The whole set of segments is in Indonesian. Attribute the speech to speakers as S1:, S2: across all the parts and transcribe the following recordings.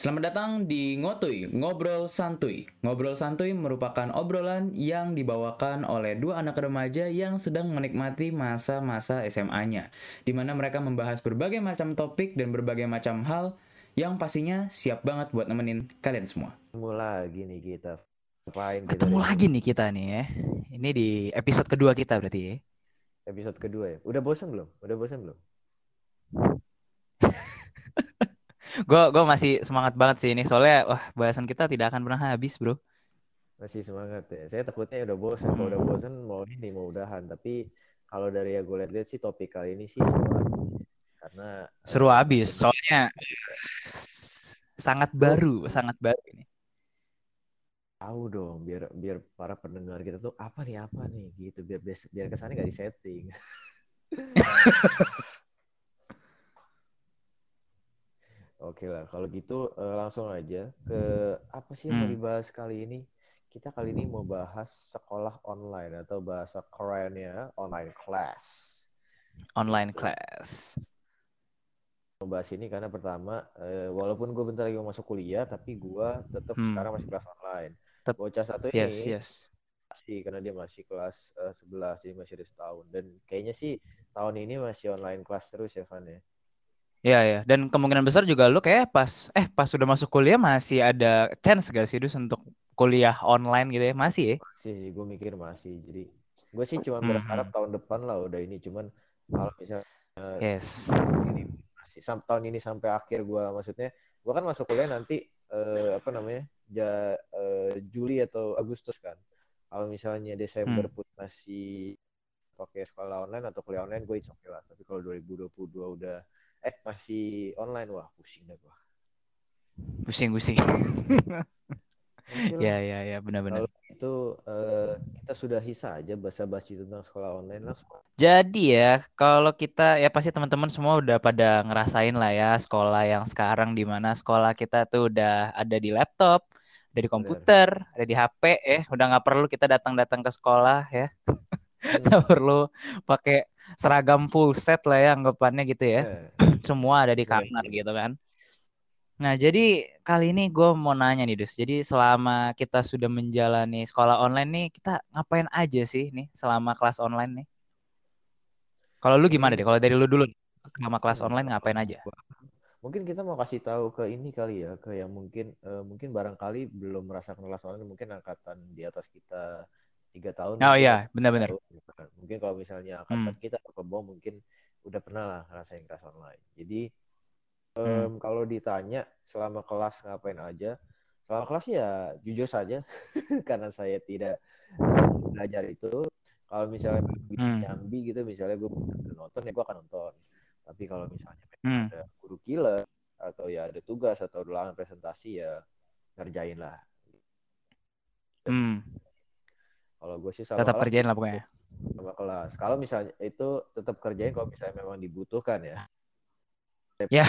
S1: Selamat datang di Ngotuy, Ngobrol Santuy. Ngobrol Santuy merupakan obrolan yang dibawakan oleh dua anak remaja yang sedang menikmati masa-masa SMA-nya, di mana mereka membahas berbagai macam topik dan berbagai macam hal yang pastinya siap banget buat nemenin kalian semua.
S2: Ketemu lagi nih kita. Ngapain kita
S3: Ketemu
S2: hari ini?
S3: lagi nih kita nih ya. Ini di episode kedua kita berarti ya.
S2: Episode kedua ya. Udah bosan belum? Udah bosan belum?
S3: Gue masih semangat banget sih ini soalnya wah bahasan kita tidak akan pernah habis bro.
S2: Masih semangat ya. Saya takutnya udah bosan. Kalau udah
S3: Hmm.
S2: bosan mau udahan. Tapi kalau dari yang gue lihat sih topik kali ini sih seru aja. Karena
S3: Seru habis
S2: lebih
S3: soalnya
S2: lu
S3: sangat baru ini.
S2: tahu dong biar biar para pendengar kita tuh apa nih gitu biar kesannya nggak disetting. Oke lah, kalau gitu langsung aja ke apa sih yang mau
S3: Hmm.
S2: dibahas kali ini? Kita kali ini mau bahas sekolah online atau bahasa kerennya online class.
S3: Online
S2: Gitu.
S3: class.
S2: Mau bahas ini karena pertama, walaupun gue bentar lagi mau masuk kuliah, tapi gue tetap
S3: Hmm.
S2: sekarang masih kelas online.
S3: Tep-
S2: Bocah satu
S3: Yes,
S2: ini
S3: yes.
S2: masih karena dia masih kelas 11, jadi masih ada setahun. Dan kayaknya sih tahun ini masih online class terus ya, Van ya.
S3: Ya ya, dan kemungkinan besar juga lu kayak pas udah masuk kuliah masih ada chance gak sih Dus untuk kuliah online gitu ya? Masih ya?
S2: Masih sih, gue mikir masih. Jadi gue sih cuma berharap
S3: Hmm.
S2: tahun depan lah udah ini. Cuman kalau misalnya
S3: Yes.
S2: ini masih tahun ini sampai akhir gue, maksudnya gue kan masuk kuliah nanti apa namanya Juli atau Agustus kan. Kalau misalnya Desember
S3: Hmm.
S2: pun masih pakai sekolah online atau kuliah online, gue oke lah. Tapi kalau 2022 udah masih online, wah pusing dah gue.
S3: Pusing-pusing.
S2: Oke lah.
S3: Ya ya ya, benar-benar.
S2: Kalau itu kita sudahi saja basa-basi tentang sekolah online langsung.
S3: Jadi ya, kalau kita ya pasti teman-teman semua udah pada ngerasain lah ya sekolah yang sekarang di mana sekolah kita tuh udah ada di laptop, ada di
S2: Bener.
S3: komputer, ada di HP udah nggak perlu kita datang-datang ke sekolah ya, nggak
S2: Hmm.
S3: perlu pakai seragam full set lah ya anggapannya gitu ya,
S2: Eh,
S3: semua ada di
S2: bener,
S3: kamar
S2: bener.
S3: gitu kan. Nah jadi kali ini gue mau nanya nih Dus, jadi selama kita sudah menjalani sekolah online nih, kita ngapain aja sih nih selama kelas online nih? Kalau lu gimana deh?
S2: Hmm,
S3: Kalau dari lu dulu, selama kelas online
S2: kalau
S3: ngapain aja?
S2: gua- mungkin kita mau kasih tahu ke ini kali ya, ke yang mungkin barangkali belum merasakan kelas online, mungkin angkatan di atas kita 3 tahun
S3: Oh
S2: mungkin
S3: iya,
S2: atau 4
S3: benar-benar.
S2: tahun. Mungkin kalau misalnya
S3: Hmm,
S2: angkatan kita atau ke bawah mungkin udah pernah lah ngerasain kelas online. Jadi
S3: hmm,
S2: kalau ditanya selama kelas ngapain aja, selama kelas ya jujur saja karena saya tidak belajar itu. Kalau misalnya bisa
S3: hmm,
S2: nyambi gitu, misalnya gue nonton ya gue akan nonton. Tapi kalau misalnya memang
S3: hmm,
S2: ada guru killer atau ya ada tugas atau ulangan presentasi ya ngerjain lah.
S3: hmm.
S2: Kalau gue sih sama
S3: Tetap
S2: kelas
S3: kerjain lah pokoknya.
S2: sama kelas. Kalau misalnya itu tetap kerjain kalau misalnya memang dibutuhkan ya.
S3: Ya,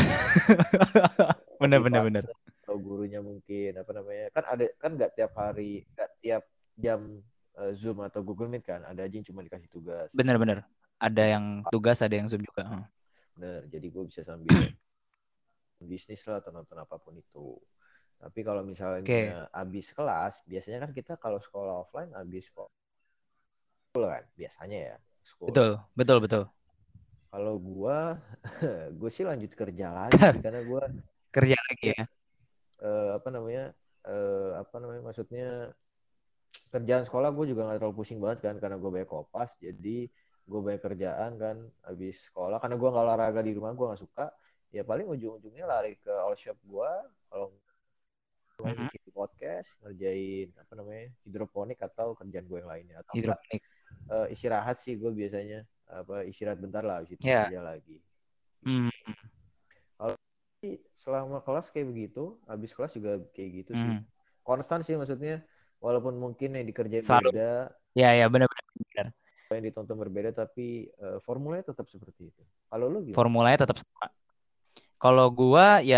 S2: Tapi
S3: benar-benar
S2: pas
S3: benar.
S2: atau gurunya mungkin apa namanya kan ada kan nggak tiap hari nggak tiap jam Zoom atau Google Meet kan ada aja yang cuma dikasih tugas.
S3: Benar-benar. Ada
S2: Jadi
S3: yang tugas, ada yang Zoom juga.
S2: bener, jadi gue bisa sambil bisnis lah atau nonton apapun itu. Tapi kalau
S3: Oke,
S2: misalnya abis kelas, biasanya kan kita kalau sekolah offline abis sekolah kan, biasanya ya school.
S3: betul, betul, betul.
S2: Kalau gue, gue sih lanjut kerja lagi sih karena gue
S3: Kerja lagi ya.
S2: apa namanya maksudnya kerjaan sekolah gue juga nggak terlalu pusing banget kan karena gue banyak kopas jadi gue banyak kerjaan kan habis sekolah karena gue nggak olahraga di rumah gue nggak suka ya paling ujung-ujungnya lari ke all shop gue kalau gue
S3: Mhm.
S2: bikin podcast ngerjain apa namanya hidroponik atau kerjaan gue yang lainnya atau enggak
S3: Hidroponik.
S2: istirahat sih gue biasanya apa istirahat bentar lah habis itu
S3: Ya.
S2: kerja lagi
S3: Hmm,
S2: kalau selama kelas kayak begitu habis kelas juga kayak gitu sih
S3: hmm.
S2: konstan sih maksudnya walaupun mungkin yang dikerjain
S3: Selalu.
S2: beda
S3: Ya, ya, benar-benar. Benar.
S2: yang ditonton berbeda tapi formulanya tetap seperti itu. Kalau lu gimana?
S3: Formulanya tetap sama. Kalau gua ya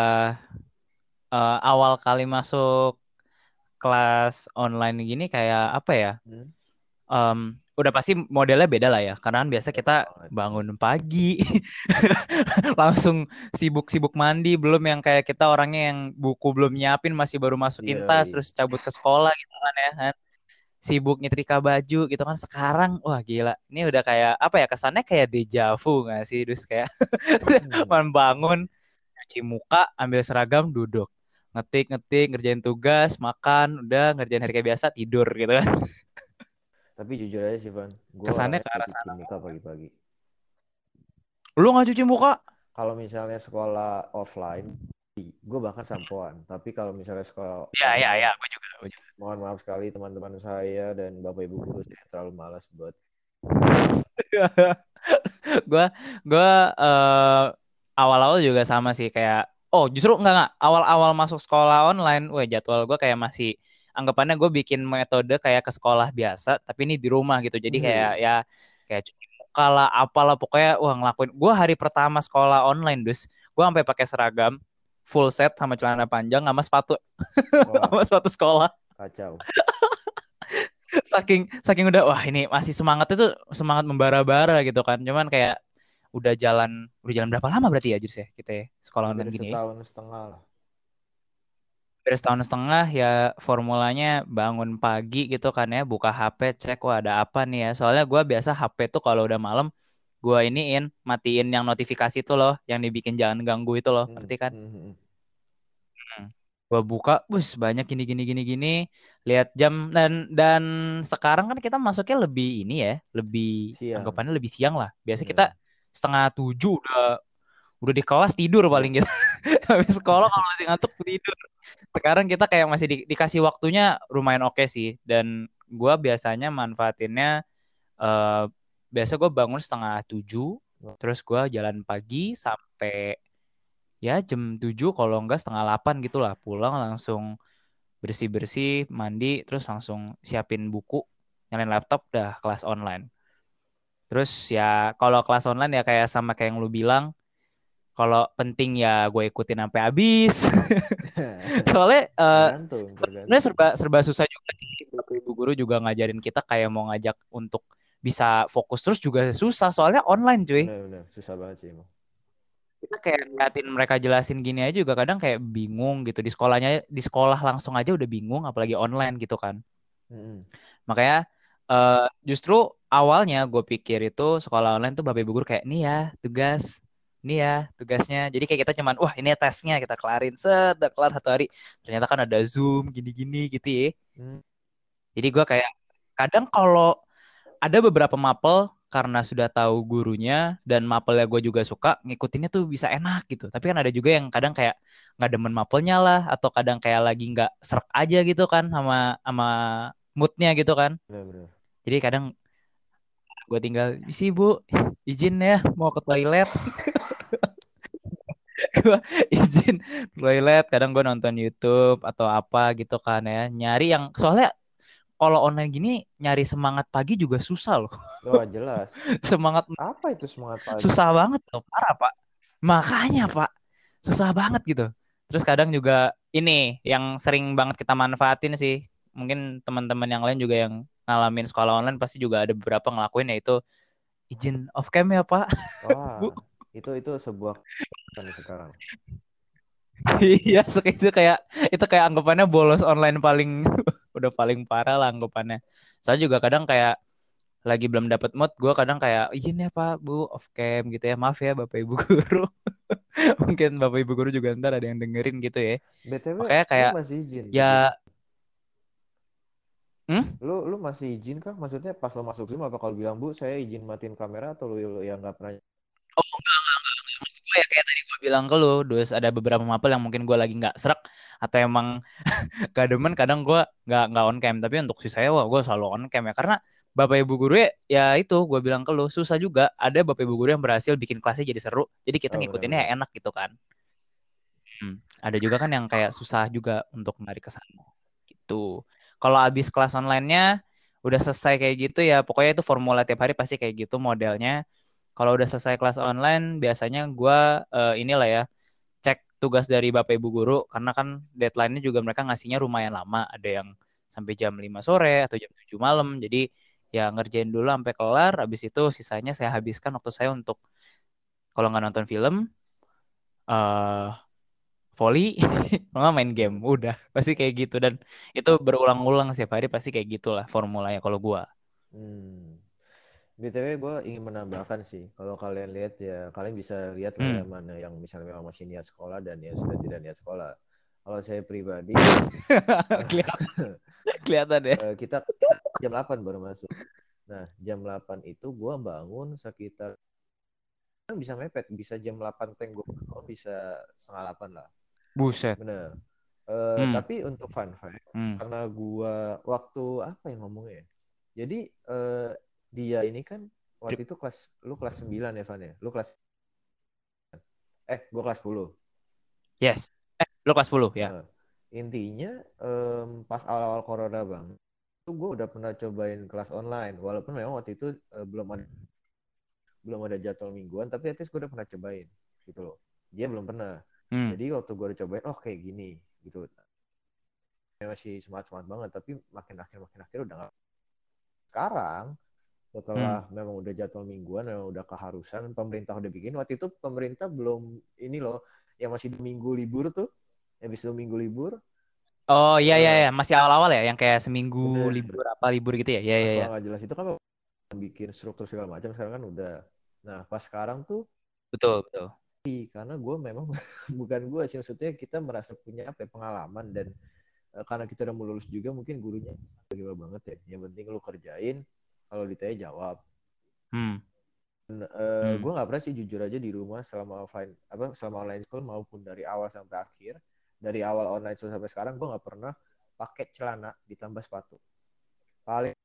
S3: awal kali masuk kelas online gini kayak apa ya?
S2: Hmm?
S3: udah pasti modelnya beda lah ya. Karena kan biasa
S2: Beda
S3: kita
S2: banget.
S3: bangun pagi, langsung sibuk-sibuk mandi, belum yang kayak kita orangnya yang buku belum nyiapin, masih baru masukin
S2: Iya,
S3: tas,
S2: iya.
S3: terus cabut ke sekolah gitu kan ya kan. Sibuk nyetrika baju gitu kan. Sekarang, wah gila. Ini udah kayak, apa ya, kesannya kayak deja vu gak sih? Terus kayak
S2: Hmm.
S3: bangun, cuci muka, ambil seragam, duduk. Ngetik, ngerjain tugas, makan, udah ngerjain hari kayak biasa, tidur gitu kan.
S2: Tapi jujur aja sih, Van, gue
S3: Kesannya
S2: orangnya
S3: ke
S2: gak
S3: arah
S2: cuci
S3: sana.
S2: muka pagi-pagi.
S3: Lu nggak cuci muka?
S2: Kalau misalnya sekolah offline, gue bahkan sampoan. Tapi kalau misalnya sekolah
S3: Ya,
S2: online,
S3: gue juga.
S2: mohon maaf sekali teman-teman saya dan bapak ibu guru saya terlalu malas buat.
S3: Gue gue eh, awal-awal juga sama sih kayak, oh justru enggak, awal-awal masuk sekolah online, wah jadwal gue kayak masih, anggapannya gue bikin metode kayak ke sekolah biasa tapi ini di rumah gitu, jadi kayak
S2: Wih.
S3: ya kayak cuci muka lah apalah pokoknya, wah ngelakuin. Gue hari pertama sekolah online dus gue sampai pakai seragam full set sama celana panjang sama sepatu
S2: Wah,
S3: sama sepatu sekolah.
S2: kacau.
S3: saking saking wah ini masih semangatnya tuh semangat membara-bara gitu kan, cuman kayak udah jalan berapa lama berarti ya Jus ya kita ya sekolah
S2: Hampir
S3: online gini ya.
S2: setahun setengah lah.
S3: Dari setahun setengah ya, formulanya bangun pagi gitu kan ya, buka HP cek wah ada apa nih ya, soalnya gue biasa HP tuh kalau udah malam gue iniin matiin yang notifikasi tuh loh, yang dibikin jangan ganggu itu loh,
S2: Hmm,
S3: ngerti kan.
S2: hmm, hmm.
S3: Gue buka, bus banyak gini gini gini gini, lihat jam, dan sekarang kan kita masuknya lebih ini ya, lebih
S2: Siang,
S3: anggapannya lebih siang lah. Biasa kita
S2: bener.
S3: setengah tujuh udah di kelas tidur paling
S2: Iya.
S3: gitu. Habis sekolah kalau masih ngantuk tidur. Sekarang kita kayak masih dikasih waktunya lumayan oke sih. Dan gue biasanya manfaatinnya, eh, biasa gue bangun setengah tujuh, terus gue jalan pagi sampai ya jam 7, kalau enggak setengah 8 gitu lah, pulang langsung bersih-bersih, mandi, terus langsung siapin buku, nyalain laptop, dah kelas online. Terus ya kalau kelas online ya kayak sama kayak yang lu bilang, kalau penting ya gue ikutin sampai habis. Soalnya
S2: Tergantung,
S3: sebenarnya
S2: tergantung.
S3: serba serba susah juga sih. Bapak Ibu guru juga ngajarin kita kayak mau ngajak untuk bisa fokus terus juga susah, soalnya online cuy.
S2: Bener-bener susah banget sih emang.
S3: Kita kayak ngeliatin mereka jelasin gini aja juga kadang kayak bingung gitu. Di sekolah langsung aja udah bingung, apalagi online gitu kan.
S2: Hmm.
S3: Makanya eh, justru awalnya gue pikir itu sekolah online tuh Bapak Ibu guru kayak nih ya tugas, nih ya tugasnya. Jadi kayak kita cuman wah ini tesnya kita kelarin, set udah kelar 1 hari. Ternyata kan ada Zoom gini-gini gitu ya.
S2: Hmm.
S3: Jadi gue kayak kadang kalau ada beberapa mapel karena sudah tahu gurunya dan mapelnya gue juga suka, ngikutinnya tuh bisa enak gitu. Tapi kan ada juga yang kadang kayak nggak demen mapelnya lah, atau kadang kayak lagi nggak serak aja gitu kan sama sama moodnya gitu kan.
S2: Bener-bener.
S3: Jadi kadang gue tinggal, isi bu, izin ya mau ke toilet. Gue izin ke toilet. Kadang gue nonton YouTube atau apa gitu kan ya. Nyari yang, soalnya kalau online gini nyari semangat pagi juga susah loh.
S2: Wah, jelas.
S3: Semangat
S2: Apa itu semangat pagi?
S3: susah banget loh, parah Pak. Makanya Pak, susah banget gitu. Terus kadang juga ini yang sering banget kita manfaatin sih. Mungkin teman-teman yang lain juga yang ngalamin sekolah online pasti juga ada beberapa ngelakuin, yaitu izin off cam ya Pak.
S2: Wah,
S3: Bu.
S2: itu sebuah kan sekarang.
S3: Iya, itu kayak anggapannya bolos online paling udah paling parah lah anggapannya. Saya juga kadang kayak lagi belum dapat mood, gue kadang kayak izin ya Pak Bu off cam gitu ya, maaf ya Bapak Ibu guru. Mungkin Bapak Ibu guru juga ntar ada yang dengerin gitu ya.
S2: BTW,
S3: Makanya
S2: lu
S3: kayak
S2: masih izin
S3: ya,
S2: gitu?
S3: hmm?
S2: Lu masih izin kah? Maksudnya pas lo masuk Zoom apa kalau bilang, Bu, saya izin matiin kamera atau lu yang nggak pernah?
S3: Oh enggak. Maksud gue ya kayak tadi gue bilang ke lu, terus ada beberapa mapel yang mungkin gue lagi nggak serak atau emang gak demen, kadang gue nggak on cam. Tapi untuk sisanya wah gue selalu on cam ya, karena Bapak Ibu guru ya itu gue bilang ke lu, susah juga. Ada Bapak Ibu guru yang berhasil bikin kelasnya jadi seru, jadi kita
S2: Oh,
S3: ngikutinnya ya
S2: benar-benar.
S3: enak gitu kan. Ada juga kan yang kayak susah juga untuk narik ke sana gitu. Kalau abis kelas online-nya udah selesai kayak gitu ya, pokoknya itu formula tiap hari pasti kayak gitu modelnya. Kalau udah selesai kelas online, biasanya gue inilah ya, cek tugas dari Bapak Ibu guru, karena kan deadline-nya juga mereka ngasihnya lumayan lama, ada yang sampai jam 5 sore atau jam 7 malam. Jadi ya ngerjain dulu sampai kelar, habis itu sisanya saya habiskan waktu saya untuk kalau nggak nonton film, eh volley, kalau nggak main game,
S2: Hmm.
S3: udah pasti kayak gitu dan itu berulang-ulang setiap hari pasti kayak gitulah formulanya kalau gua.
S2: Hmm. BTW gue ingin menambahkan sih, kalau kalian lihat ya, kalian bisa lihat lah ya
S3: Hmm.
S2: mana yang misalnya memang masih niat sekolah dan yang sudah tidak niat sekolah. Kalau saya pribadi,
S3: Kelihatan, kelihatan ya.
S2: kita jam 8 baru masuk. Nah, jam 8 itu gue bangun sekitar, kan bisa mepet, bisa jam 8 teng gue bangun, bisa setengah 8 lah.
S3: Buset.
S2: Bener.
S3: Hmm.
S2: Tapi untuk fun fact,
S3: Hmm.
S2: karena gue waktu apa yang ngomongnya ya? Jadi dia ini kan waktu itu lu kelas 9 ya Van ya? Lu kelas gue kelas 10.
S3: Yes. Lu kelas 10 ya.
S2: Nah, intinya pas awal-awal corona bang, itu gue udah pernah cobain kelas online, walaupun memang waktu itu belum ada jadwal mingguan, tapi at least gue udah pernah cobain gitu loh. Dia belum pernah.
S3: Hmm.
S2: Jadi waktu gue udah cobain, oh kayak gini gitu. Masih semangat banget, tapi makin akhir udah nggak. Sekarang setelah memang udah jadwal mingguan, memang udah keharusan, pemerintah udah bikin. Waktu itu pemerintah belum ini loh, yang masih 2 minggu libur tuh, habis 2 minggu libur,
S3: Oh iya iya
S2: eh,
S3: ya, masih awal-awal ya yang kayak seminggu
S2: bener.
S3: libur apa libur gitu ya. Iya
S2: Nah
S3: iya
S2: sekolah
S3: iya.
S2: nggak jelas itu kan bikin struktur segala macam. Sekarang kan udah. Nah pas sekarang tuh,
S3: Betul betul.
S2: karena gue memang bukan gue sih, maksudnya kita merasa punya apa ya, pengalaman dan karena kita udah mau lulus juga, mungkin gurunya gila banget ya. Yang penting lu kerjain, kalau ditanya jawab.
S3: Hmm. Hmm.
S2: Gue nggak pernah sih jujur aja di rumah selama selama online school maupun dari awal sampai akhir, dari awal online school sampai sekarang gue nggak pernah pakai celana ditambah sepatu. Paling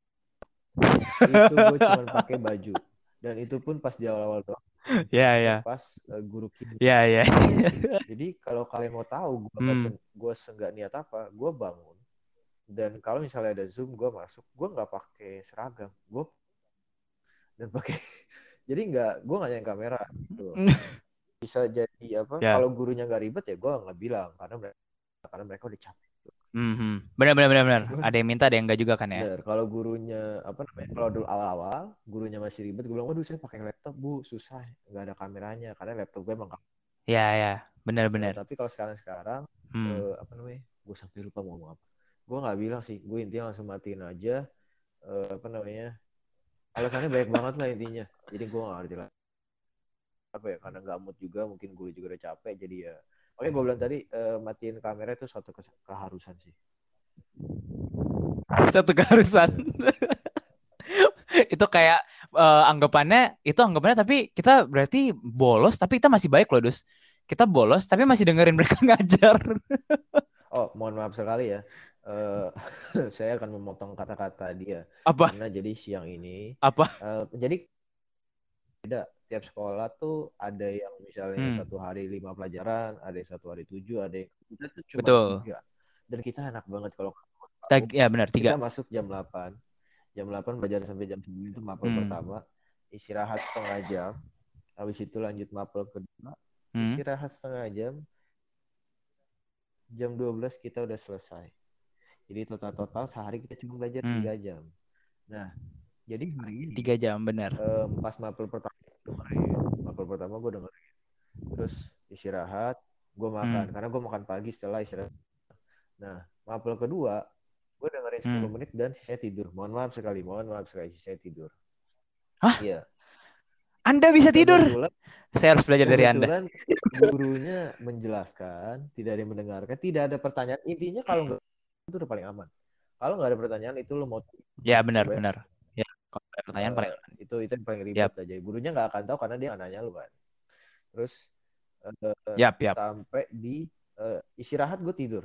S2: itu gue cuma pakai baju, dan itu pun pas di awal-awal doang.
S3: Ya
S2: Itu
S3: ya.
S2: pas guru kimia.
S3: Ya ya.
S2: Jadi kalau kalian mau tahu
S3: Hmm.
S2: gue nggak niat apa, gue bangun dan kalau misalnya ada zoom gue masuk, gue nggak pakai seragam, gue dan pakai jadi gue nggak nyalain kamera gitu. Bisa jadi apa,
S3: Ya.
S2: kalau gurunya nggak ribet ya gue nggak bilang karena mereka udah capek.
S3: Benar benar benar benar.
S2: Cuman
S3: Ada yang minta ada yang enggak juga kan ya.
S2: bener, kalau gurunya apa namanya, kalau dulu awal-awal gurunya masih ribet, gue bilang waduh saya pakai laptop bu, susah nggak ada kameranya karena laptop gue emang.
S3: Ya ya. Benar benar.
S2: Tapi kalau sekarang
S3: Hmm.
S2: apa namanya, gue sampai lupa mau ngomong apa. Gue nggak bilang sih, gue intinya langsung matiin aja. Apa namanya, alasannya banyak banget lah intinya, jadi gue nggak ngerti lah apa ya, karena nggak mood juga, mungkin gue juga udah capek, jadi ya oke. Gue bilang tadi matiin kamera itu suatu keharusan sih.
S3: Satu keharusan. Itu kayak anggapannya tapi kita berarti bolos tapi kita masih baik loh Dus. Kita bolos tapi masih dengerin mereka ngajar.
S2: Oh mohon maaf sekali ya, saya akan memotong kata-kata dia
S3: Apa?
S2: karena jadi siang ini
S3: Apa?
S2: jadi beda tiap sekolah tuh, ada yang misalnya satu hari 5 pelajaran, ada yang satu hari 7, ada yang kita tuh cuma
S3: Betul.
S2: 3. Dan kita enak banget kalau tahu,
S3: Ya benar, 3.
S2: kita masuk jam 8. Jam 8 belajar sampai jam 9 itu mapel pertama, istirahat setengah jam, habis itu lanjut mapel kedua, istirahat setengah jam, jam 12 kita udah selesai. Jadi total sehari kita cuma belajar 3 jam. Nah, jadi hari ini
S3: 3 jam benar.
S2: Pas mapel pertama gue dengerin, terus istirahat, gue makan karena gue makan pagi setelah istirahat. Nah mapel kedua gue dengerin 10 menit dan sisanya tidur. Mohon maaf sekali sisanya tidur.
S3: Hah?
S2: Iya.
S3: Anda bisa tidur? Saya harus belajar dari Anda.
S2: Kebetulan gurunya menjelaskan, tidak ada yang mendengarkan, tidak ada pertanyaan. Intinya kalau nggak itu udah paling aman. Kalau nggak ada pertanyaan itu lo mau. Ya benar. Ya kalau ada pertanyaan paling aman. Itu yang paling ribet aja. Gurunya nggak akan tahu karena dia nggak nanya lu kan. Terus sampai di istirahat gue tidur.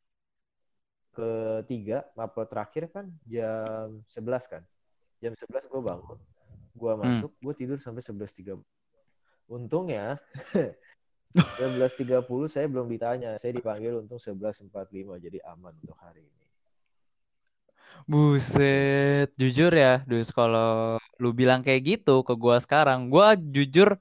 S2: Ketiga mapel terakhir kan jam 11 kan. Jam 11 gue bangun, gue masuk, gue tidur sampai 11.30. Untungnya 11.30 saya belum ditanya, saya dipanggil untung 11.45, jadi aman untuk hari ini.
S3: Buset, jujur ya, Dus, kalau lu bilang kayak gitu ke gua sekarang, gua jujur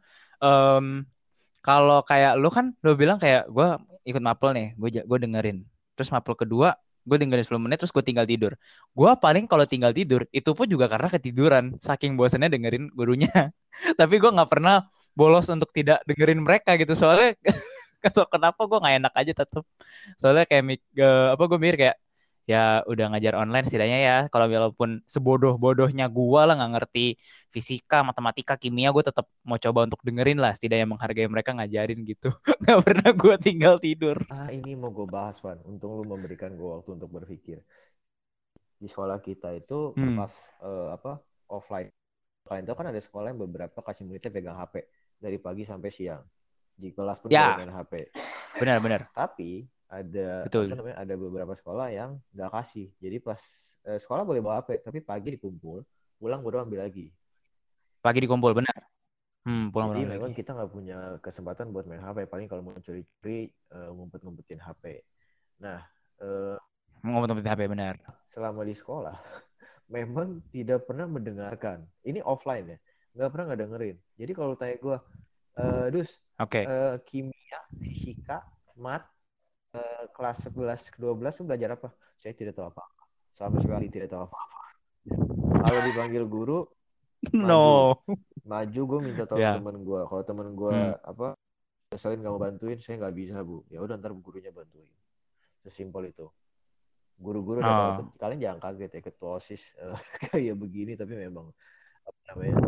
S3: kalau kayak lu kan lu bilang kayak gua ikut mapel nih, gua dengerin. Terus mapel kedua gue dengerin 10 menit terus gue tinggal tidur. Gue paling kalau tinggal tidur itu pun juga karena ketiduran, saking bosannya dengerin gurunya. Tapi gue nggak pernah bolos untuk tidak dengerin mereka gitu, soalnya atau kenapa gue nggak enak aja tetep. Soalnya kayak apa gue mikir kayak ya udah ngajar online setidaknya ya, kalau walaupun sebodoh-bodohnya gue lah nggak ngerti fisika, matematika, kimia, gue tetap mau coba untuk dengerin lah, setidaknya menghargai mereka ngajarin gitu. Nggak pernah gue tinggal tidur.
S2: Ini mau gue bahas, Van. Untung lu memberikan gue waktu untuk berpikir. Di sekolah kita itu pas offline. Offline itu kan ada sekolah yang beberapa kasih muridnya pegang HP dari pagi sampai siang. Di kelas pun boleh
S3: Ya,
S2: main HP.
S3: benar-benar.
S2: Tapi ada
S3: Betul.
S2: ada beberapa sekolah yang nggak kasih. Jadi pas sekolah boleh bawa HP, tapi pagi dikumpul, pulang baru ambil lagi.
S3: Pagi dikumpul, benar. Pulang
S2: Jadi
S3: malam
S2: memang
S3: lagi.
S2: kita nggak punya kesempatan buat main HP. Paling kalau mau curi-curi, ngumpet-ngumpetin HP. Nah,
S3: Ngomong tentang HP, benar.
S2: selama di sekolah, memang tidak pernah mendengarkan. Ini offline ya, nggak pernah nggak dengerin. Jadi kalau tanya gue, Dus,
S3: Oke.
S2: kimia, fisika, mat, kelas 11, 12 tuh belajar apa? Saya tidak tahu apa-apa. Sama sekali tidak tahu apa-apa. Kalau dipanggil guru, maju.
S3: No.
S2: Maju, gue minta tolong
S3: Ya.
S2: teman gue. Kalau teman gue ngeselin gak mau bantuin, saya nggak bisa, Bu. Ya udah ntar gurunya bantuin. Sesimpel itu. Guru-guru udah tahu.
S3: Oh.
S2: Kalian jangan kaget ya, ketua OSIS kayak begini, tapi memang apa namanya?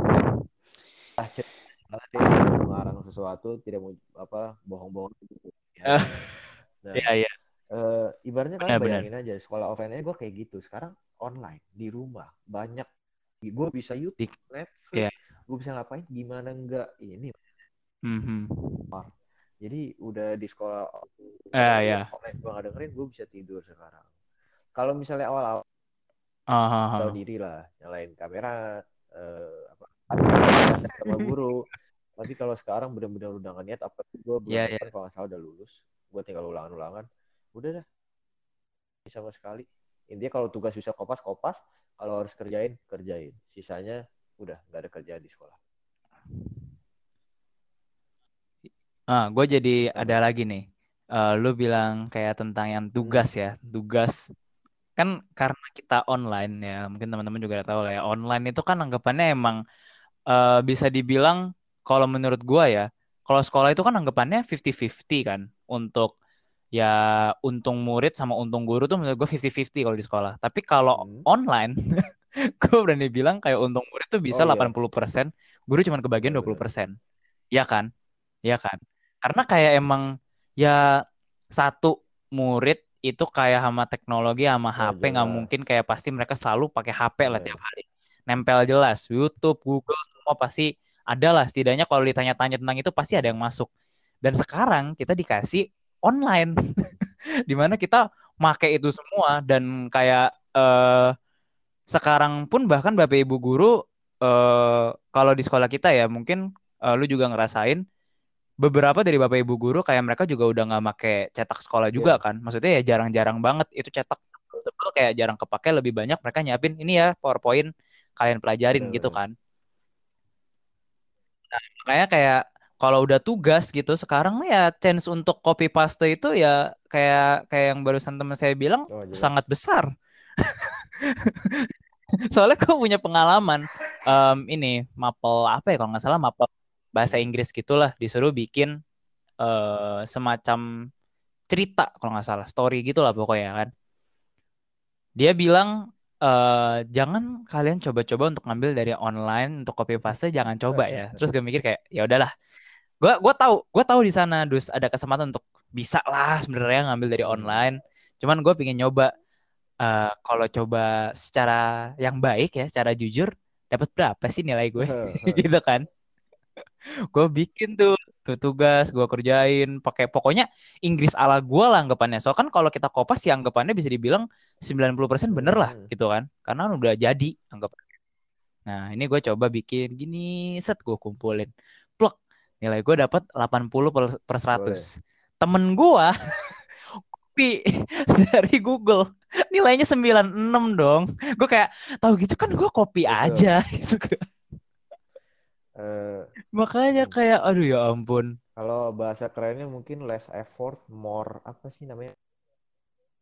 S2: Mengarang sesuatu, tidak mau bohong-bohong.
S3: Eh,
S2: Nah,
S3: Iya, iya.
S2: ibaratnya kalian
S3: Benar-benar.
S2: bayangin aja sekolah offline-nya gue kayak gitu. Sekarang online di rumah banyak. Gue bisa YouTube, Netflix,
S3: Iya.
S2: gue bisa ngapain? Gimana enggak ini?
S3: Mhm.
S2: Jadi udah di sekolah
S3: Ya.
S2: online gue nggak dengerin, gue bisa tidur sekarang. Kalau misalnya awal-awal tahu
S3: Ah.
S2: diri lah, nyalain kamera, sama guru. Tapi kalau sekarang benar-benar udah nggak niat, apa gue bulan
S3: Iya, iya.
S2: depan kalau nggak salah udah lulus, gue tinggal ulangan-ulangan, udah dah sama sekali. Intinya kalau tugas bisa kopas, kalau harus kerjain. Sisanya udah nggak ada kerjaan di sekolah.
S3: Gue jadi
S2: Apa?
S3: ada lagi nih. Lu bilang kayak tentang yang tugas ya, tugas. Kan karena kita online ya, mungkin teman-teman juga udah tahu lah ya. Online itu kan anggapannya emang bisa dibilang, kalau menurut gua ya, kalau sekolah itu kan anggapannya 50-50 kan, untuk ya untung murid sama untung guru tuh menurut gua 50-50 kalau di sekolah. Tapi kalau online, gue berani bilang kayak untung murid tuh bisa
S2: Oh iya,
S3: 80%, guru cuma kebagian
S2: benar-benar.
S3: 20%. Iya kan? Iya kan? Karena kayak emang ya satu murid itu kayak sama teknologi sama
S2: Oh
S3: HP nggak
S2: jelas,
S3: mungkin kayak pasti mereka selalu pakai HP lah
S2: benar.
S3: tiap hari. Nempel jelas YouTube, Google semua pasti ada lah, setidaknya kalau ditanya-tanya tentang itu pasti ada yang masuk. Dan sekarang kita dikasih online di mana kita make itu semua, dan kayak sekarang pun bahkan Bapak Ibu guru, kalau di sekolah kita ya mungkin lu juga ngerasain, beberapa dari Bapak Ibu guru kayak mereka juga udah nggak make cetak sekolah juga
S2: Iya,
S3: kan. Maksudnya ya jarang-jarang banget itu cetak tebel, kayak jarang kepake, lebih banyak mereka nyiapin ini ya PowerPoint, kalian pelajarin gitu
S2: benar-benar.
S3: kan. Makanya kayak kalau udah tugas gitu sekarang ya chance untuk copy paste itu ya kayak kayak yang barusan teman saya bilang
S2: Oh jelas.
S3: sangat besar. Soalnya gue punya pengalaman, ini mapel apa ya, kalau nggak salah mapel bahasa Inggris gitulah, disuruh bikin semacam cerita kalau nggak salah, story gitulah pokoknya kan. Dia bilang jangan kalian coba-coba untuk ngambil dari online untuk copy paste, jangan coba ya. Terus gue mikir kayak ya udahlah, gue tahu di sana dus ada kesempatan untuk bisa lah sebenarnya ngambil dari online. Cuman gue pingin nyoba, kalau coba secara yang baik ya, secara jujur, dapat berapa sih nilai gue gitu kan. Gue bikin tuh tugas, gue kerjain pakai pokoknya Inggris ala gue lah anggapannya. Soalnya kan kalau kita kopas ya anggapannya bisa dibilang 90% bener lah gitu kan, karena kan udah jadi anggap. Nah ini gue coba bikin gini, set gue kumpulin, plek, nilai gue dapat 80 per 100.
S2: Boleh.
S3: Temen gue copy dari Google, nilainya 96 dong. Gue kayak tahu gitu kan gue copy
S2: Betul.
S3: aja gitu kan.
S2: Eh,
S3: Makanya kayak aduh ya ampun.
S2: Kalau bahasa kerennya mungkin less effort, more apa sih namanya?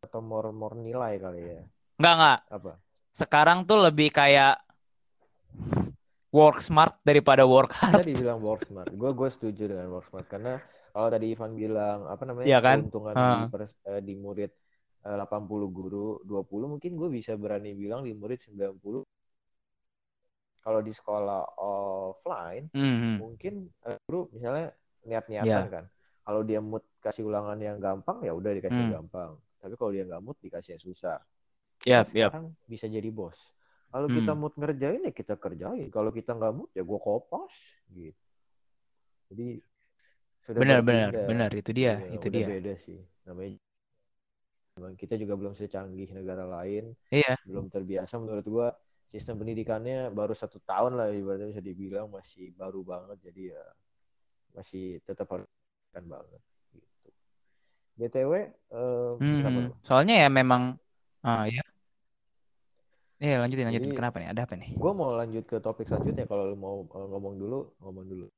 S2: atau more nilai kali ya.
S3: Enggak.
S2: Apa?
S3: Sekarang tuh lebih kayak work smart daripada work
S2: Bisa
S3: hard.
S2: dibilang work smart. Gue setuju dengan work smart karena kalau tadi Ivan bilang apa namanya
S3: Iya kan?
S2: keuntungan di murid 80 guru 20 mungkin gue bisa berani bilang di murid 90. Kalau di sekolah offline mungkin guru misalnya niat-niatan
S3: Ya.
S2: kan. Kalau dia mood kasih ulangan yang gampang ya udah dikasih yang gampang. Tapi kalau dia nggak mood dikasih yang susah. Kita sekarang bisa jadi bos. Kalau kita mood ngerjain ya kita kerjain. Kalau kita nggak mood ya gue kopas gitu. Jadi sudah
S3: Benar itu dia,
S2: ya,
S3: itu
S2: udah
S3: dia.
S2: beda sih. Namanya kita juga belum secanggih negara lain.
S3: Iya.
S2: Belum terbiasa menurut gue sistem pendidikannya baru 1 tahun lah ibaratnya bisa dibilang masih baru banget. Jadi ya masih tetap harus kan banget gitu. BTW kenapa tuh?
S3: Soalnya ya memang ya. Lanjutin.
S2: Jadi
S3: Kenapa nih? Ada apa nih?
S2: gue mau lanjut ke topik selanjutnya. Kalau lu mau ngomong dulu.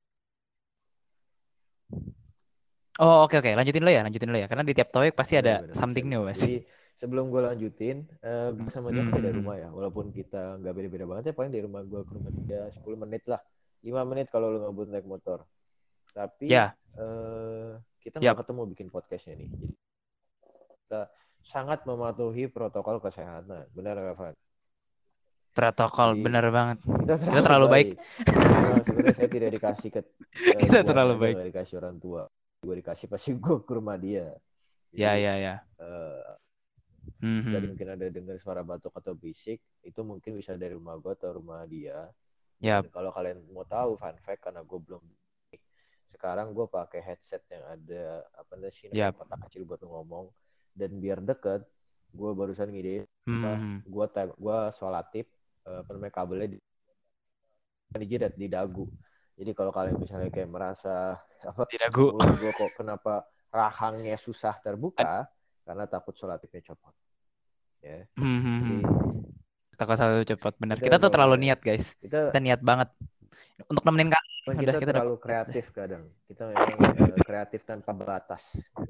S3: Oh, oke. Lanjutin lo ya. Karena di tiap topik pasti ada
S2: Benar-benar
S3: something
S2: bisa.
S3: new
S2: Jadi
S3: pasti.
S2: sebelum gue lanjutin, gue sama dia kan beda rumah ya. Walaupun kita nggak beda-beda banget ya, paling dari rumah gue ke rumah dia 10 menit lah. 5 menit kalau lu ngebut naik motor. Tapi
S3: Ya.
S2: kita nggak ketemu bikin podcastnya nih. Jadi kita sangat mematuhi protokol kesehatan. Benar nggak, Van?
S3: Protokol,
S2: Jadi,
S3: benar banget.
S2: Kita
S3: terlalu baik.
S2: Memang sebenarnya saya tidak dikasih ke
S3: Kita terlalu
S2: aja,
S3: baik.
S2: nggak dikasih orang tua. Gue dikasih pasti gue ke rumah dia.
S3: Jadi,
S2: ya. Jadi mungkin ada dengar suara batuk atau berisik, itu mungkin bisa dari rumah gue atau rumah dia. Dan kalau kalian mau tahu fun fact karena gue belum, sekarang gue pakai headset yang ada apa namanya kotak kecil buat ngomong, dan biar deket, gue barusan ngide, gue solatif apa namanya kabelnya dijidat di dagu. Jadi kalau kalian misalnya kayak merasa apa mulut gue kok kenapa rahangnya susah terbuka karena takut solatifnya copot. Ya. Jadi
S3: takut satu cepat benar. Kita tuh terlalu niat, guys. Kita niat banget untuk nemenin kalian.
S2: Kita terlalu kreatif kadang. Kita memang kreatif tanpa batas.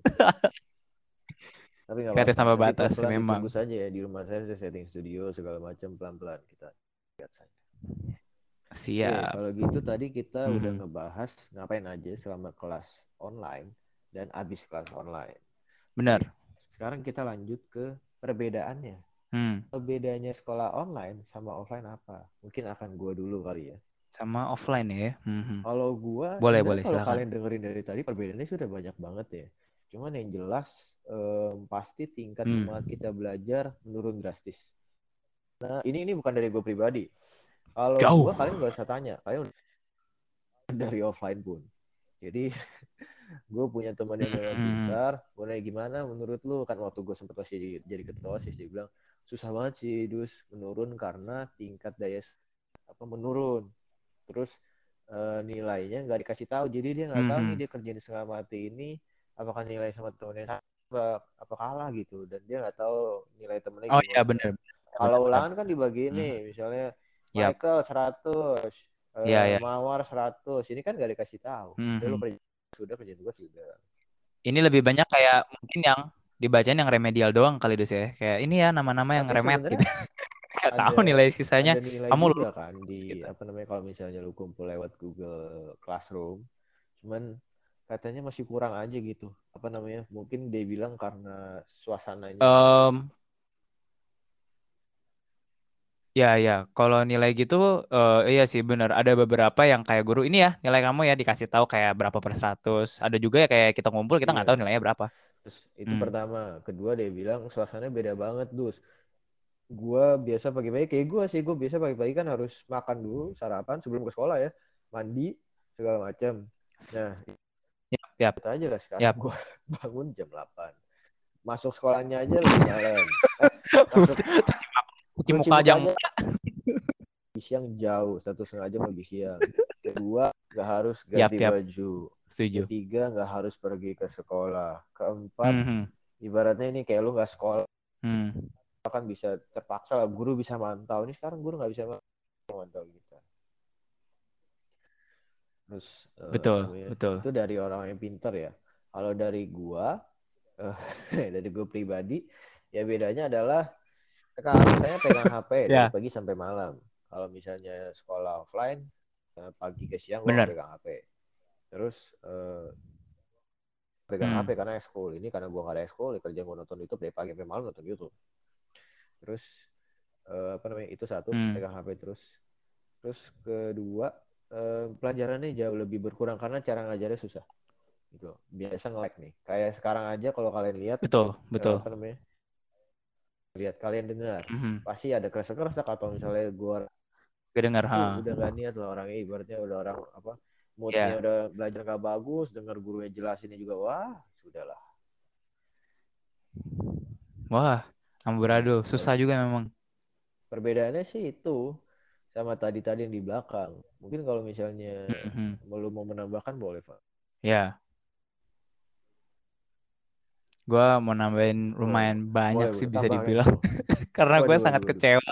S2: Tapi nggak
S3: kreatif
S2: apa-apa.
S3: tanpa batas memang.
S2: Ditunggu saja ya di rumah saya setting studio segala macam pelan-pelan kita lihat saja.
S3: Siap.
S2: Kalau gitu tadi kita udah ngebahas ngapain aja selama kelas online dan abis kelas online.
S3: Benar.
S2: Sekarang kita lanjut ke perbedaannya. Bedanya sekolah online sama offline apa? Mungkin akan gue dulu kali ya.
S3: Sama offline ya.
S2: Kalau gue,
S3: boleh
S2: kalau
S3: silakan.
S2: kalian dengerin dari tadi perbedaannya sudah banyak banget ya. Cuman yang jelas pasti tingkat semangat kita belajar menurun drastis. Nah ini bukan dari gue pribadi. Kalau gue kalian gak usah tanya, kalian dari offline pun. Jadi gue punya teman yang memang pintar. Gue nanya gimana menurut lu, kan waktu gue sempat masih jadi ketua OSIS, dia bilang susah banget sih Dus, menurun karena tingkat daya menurun. Terus nilainya nggak dikasih tahu, jadi dia nggak tahu nih dia kerjain setengah mati ini apakah nilai sama temennya apa kalah gitu, dan dia nggak tahu nilai temennya gimana.
S3: Iya benar.
S2: Kalau ulangan kan dibagi nih, misalnya Michael 100, Mawar 100, ini kan nggak dikasih tahu. Lu kerja tugas sudah.
S3: Ini lebih banyak kayak mungkin yang dibacain yang remedial doang kali Dus ya. Kayak ini ya nama-nama yang remed gitu. Gak tahu nilai sisanya.
S2: Ada nilai
S3: kamu
S2: juga kan di apa namanya kalau misalnya lu kumpul lewat Google Classroom. Cuman katanya masih kurang aja gitu. Apa namanya? Mungkin dia bilang karena suasananya.
S3: Ya, kalau nilai gitu iya sih benar. Ada beberapa yang kayak guru ini ya, nilai kamu ya dikasih tahu kayak berapa per 100. Ada juga ya kayak kita ngumpul kita nggak tahu nilainya berapa.
S2: Terus itu pertama. Kedua dia bilang suasananya beda banget, Dus. Gua biasa pagi-pagi kayak gue biasa pagi-pagi kan harus makan dulu, sarapan sebelum ke sekolah ya. Mandi segala macam. Nah,
S3: Yap.
S2: aja lah sekarang gue bangun jam 8. Masuk sekolahnya aja lebih malam.
S3: Cuci muka jam
S2: siang jauh, 1,5 jam lebih siang. Kedua, nggak harus ganti baju.
S3: Setuju.
S2: Ketiga, nggak harus pergi ke sekolah. Keempat, ibaratnya ini kayak lu nggak sekolah, kan bisa terpaksa lah, guru bisa mantau. Ini sekarang guru nggak bisa mantau kita. Terus
S3: betul.
S2: itu dari orang yang pintar ya. Kalau dari gua Eh, dari gue pribadi, ya bedanya adalah sekarang saya pegang HP dari
S3: Ya,
S2: pagi sampai malam. Kalau misalnya sekolah offline, pagi ke siang gue nggak
S3: bener.
S2: pegang HP. Terus pegang HP
S3: Hmm,
S2: karena ekskul. Ini karena gue nggak ada ekskul, ya kerja gue nonton YouTube dari pagi sampai malam nonton YouTube. Terus apa namanya itu satu
S3: hmm,
S2: pegang HP terus. Terus kedua pelajarannya jauh lebih berkurang karena cara ngajarnya susah. Gitu. Biasa nge-lag nih. Kayak sekarang aja kalau kalian lihat
S3: betul, betul.
S2: apa namanya? Lihat kalian dengar
S3: Mhm.
S2: pasti ada kerasa-kerasa atau misalnya gue
S3: Kedengar,
S2: itu
S3: ha.
S2: udah gak niat lah orangnya ibaratnya udah orang apa moodnya
S3: Ya,
S2: udah belajar gak bagus dengar gurunya jelasinnya juga wah sudahlah
S3: wah,
S2: ya
S3: amburadul, susah juga memang.
S2: perbedaannya sih itu sama tadi yang di belakang mungkin kalau misalnya
S3: Mhm.
S2: belum mau menambahkan boleh Pak.
S3: Ya, gue mau nambahin
S2: Boleh
S3: lumayan banyak
S2: boleh
S3: sih
S2: boleh
S3: bisa
S2: tambahkan
S3: dibilang.
S2: coba
S3: Karena gue
S2: waduh
S3: sangat
S2: waduh waduh
S3: kecewa.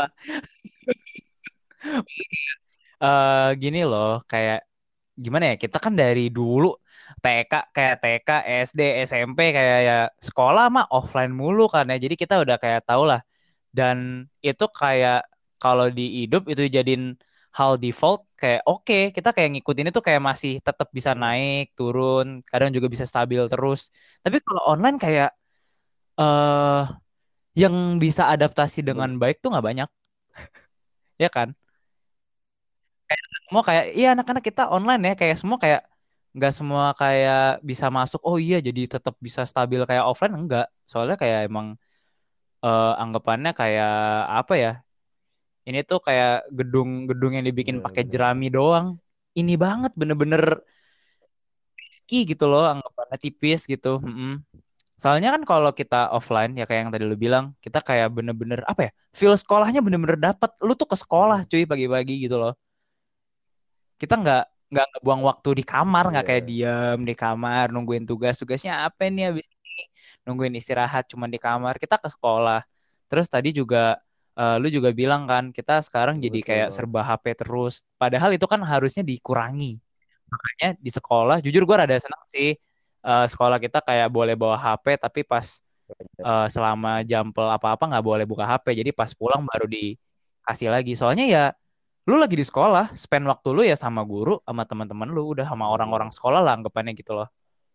S3: Gini loh, kayak gimana ya? Kita kan dari dulu TK, SD, SMP kayak ya sekolah mah offline mulu kan ya. Jadi kita udah kayak tau lah. Dan itu kayak kalau di hidup itu jadiin hal default kayak oke, kita kayak ngikutin itu kayak masih tetap bisa
S2: hmm.
S3: naik, turun, kadang juga bisa stabil terus. Tapi kalau online kayak eh yang bisa adaptasi dengan
S2: Be-
S3: baik tuh nggak banyak, ya kan? Semua kayak iya anak-anak kita online ya kayak semua kayak nggak semua kayak bisa masuk oh iya jadi tetap bisa stabil kayak offline enggak soalnya kayak emang anggapannya kayak apa ya ini tuh kayak gedung-gedung yang dibikin
S2: bener
S3: pakai
S2: bener
S3: jerami
S2: bener
S3: doang ini banget bener-bener ski gitu loh anggapannya tipis gitu. Mm-mm. Soalnya kan kalau kita offline ya kayak yang tadi lu bilang kita kayak bener-bener apa ya feel sekolahnya bener-bener dapet lu tuh ke sekolah
S2: hmm.
S3: cuy pagi-pagi gitu loh kita nggak ngebuang waktu di kamar nggak kayak
S2: Iya
S3: diam di kamar nungguin tugasnya apa nih habis ini nungguin istirahat cuman di kamar kita ke sekolah terus tadi juga lu juga bilang kan kita sekarang jadi
S2: betul
S3: kayak
S2: banget
S3: serba HP terus padahal itu kan harusnya dikurangi makanya di sekolah jujur gue rada senang sih sekolah kita kayak boleh bawa HP tapi pas selama jampel apa-apa nggak boleh buka HP jadi pas pulang baru dikasih lagi soalnya ya lu lagi di sekolah spend waktu lu ya sama guru sama teman-teman lu udah sama orang-orang
S2: betul
S3: sekolah lah anggapannya gitu loh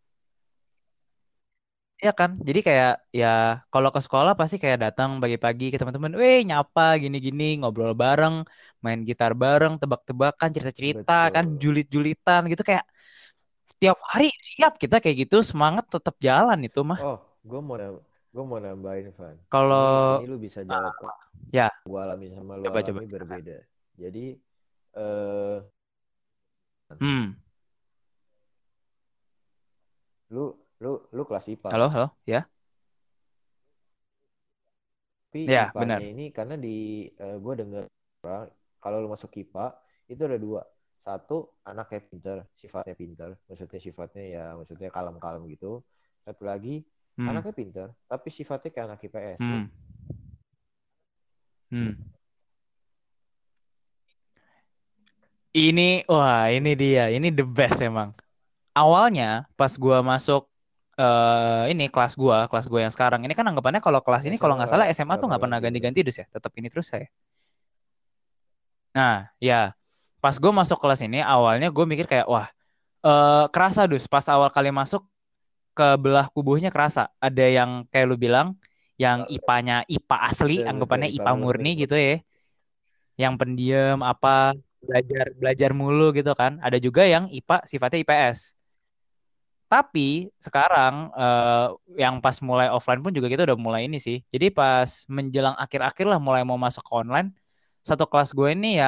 S3: Iya kan jadi kayak ya kalau ke sekolah pasti kayak datang pagi-pagi ke teman-teman weh nyapa gini-gini ngobrol bareng main gitar bareng tebak-tebakan cerita-cerita kan
S2: betul
S3: julit-julitan gitu kayak tiap hari siap kita kayak gitu semangat tetap jalan itu mah
S2: oh gue mau nambahin Van
S3: kalau
S2: ini lu bisa jawab
S3: ya
S2: gue alami sama lu
S3: coba-coba
S2: alami
S3: silakan.
S2: berbeda. Jadi eh
S3: Hmm
S2: lu lu kelas IPA
S3: halo
S2: kan.
S3: halo ya
S2: Tapi
S3: ya
S2: IPA-nya
S3: benar
S2: ini karena di gue dengar orang kalau lu masuk IPA itu ada dua. Satu anaknya pinter, sifatnya pinter, maksudnya sifatnya ya maksudnya kalem-kalem gitu. Satu lagi
S3: hmm
S2: anaknya pinter, tapi sifatnya kayak anak IPS. Lu
S3: hmm hmm ini wah ini dia ini the best emang awalnya pas gua masuk ini kelas gua yang sekarang ini kan anggapannya kalau kelas ini kalau
S2: SMA
S3: nggak salah SMA
S2: nggak
S3: tuh nggak
S2: pernah
S3: pernah
S2: ganti
S3: ganti-ganti
S2: berarti.
S3: dus ya tetap ini terus saya nah ya pas gue masuk kelas ini awalnya gue mikir kayak wah kerasa dus pas awal kali masuk ke belah kubuhnya kerasa ada yang kayak lu bilang yang IPA-nya IPA asli
S2: Betul betul
S3: anggapannya
S2: IPA
S3: IPA
S2: murni.
S3: murni gitu ya yang pendiam apa belajar belajar mulu gitu kan ada juga yang IPA sifatnya IPS. Tapi sekarang yang pas mulai offline pun juga kita udah mulai ini sih. Jadi pas menjelang akhir-akhir lah mulai mau masuk ke online, satu kelas gue ini ya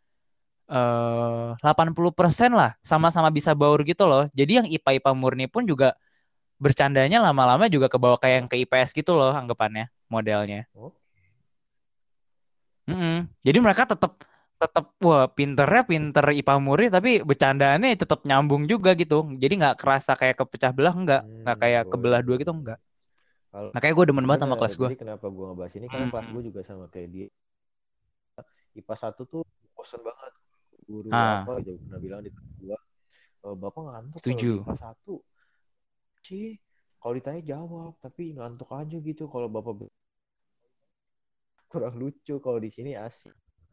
S3: 80% lah sama-sama bisa baur gitu loh. Jadi yang IPA-IPA murni pun juga bercandanya lama-lama juga ke bawah kayak yang ke IPS gitu loh anggapannya modelnya.
S2: Oh,
S3: Mm-mm. Jadi mereka tetap tetap wah pinternya pinter IPA murni tapi bercandaannya tetap nyambung juga gitu. Jadi nggak kerasa kayak kepecah belah nggak kayak
S2: boleh
S3: kebelah dua gitu
S2: boleh.
S3: enggak.
S2: Kalau
S3: Makanya gue demen banget sama
S2: bener,
S3: kelas gue.
S2: jadi kenapa gue ngebahas ini karena kelas
S3: Hmm.
S2: gue juga sama kayak dia. IPA satu tuh bosen banget. Guru apa
S3: Ah,
S2: aja pernah bilang di kelas gue, bapak ngantuk kalau di
S3: setuju.
S2: IPA satu sih. kalau ditanya jawab, tapi ngantuk aja gitu. Kalau bapak kurang lucu, kalau di sini asik.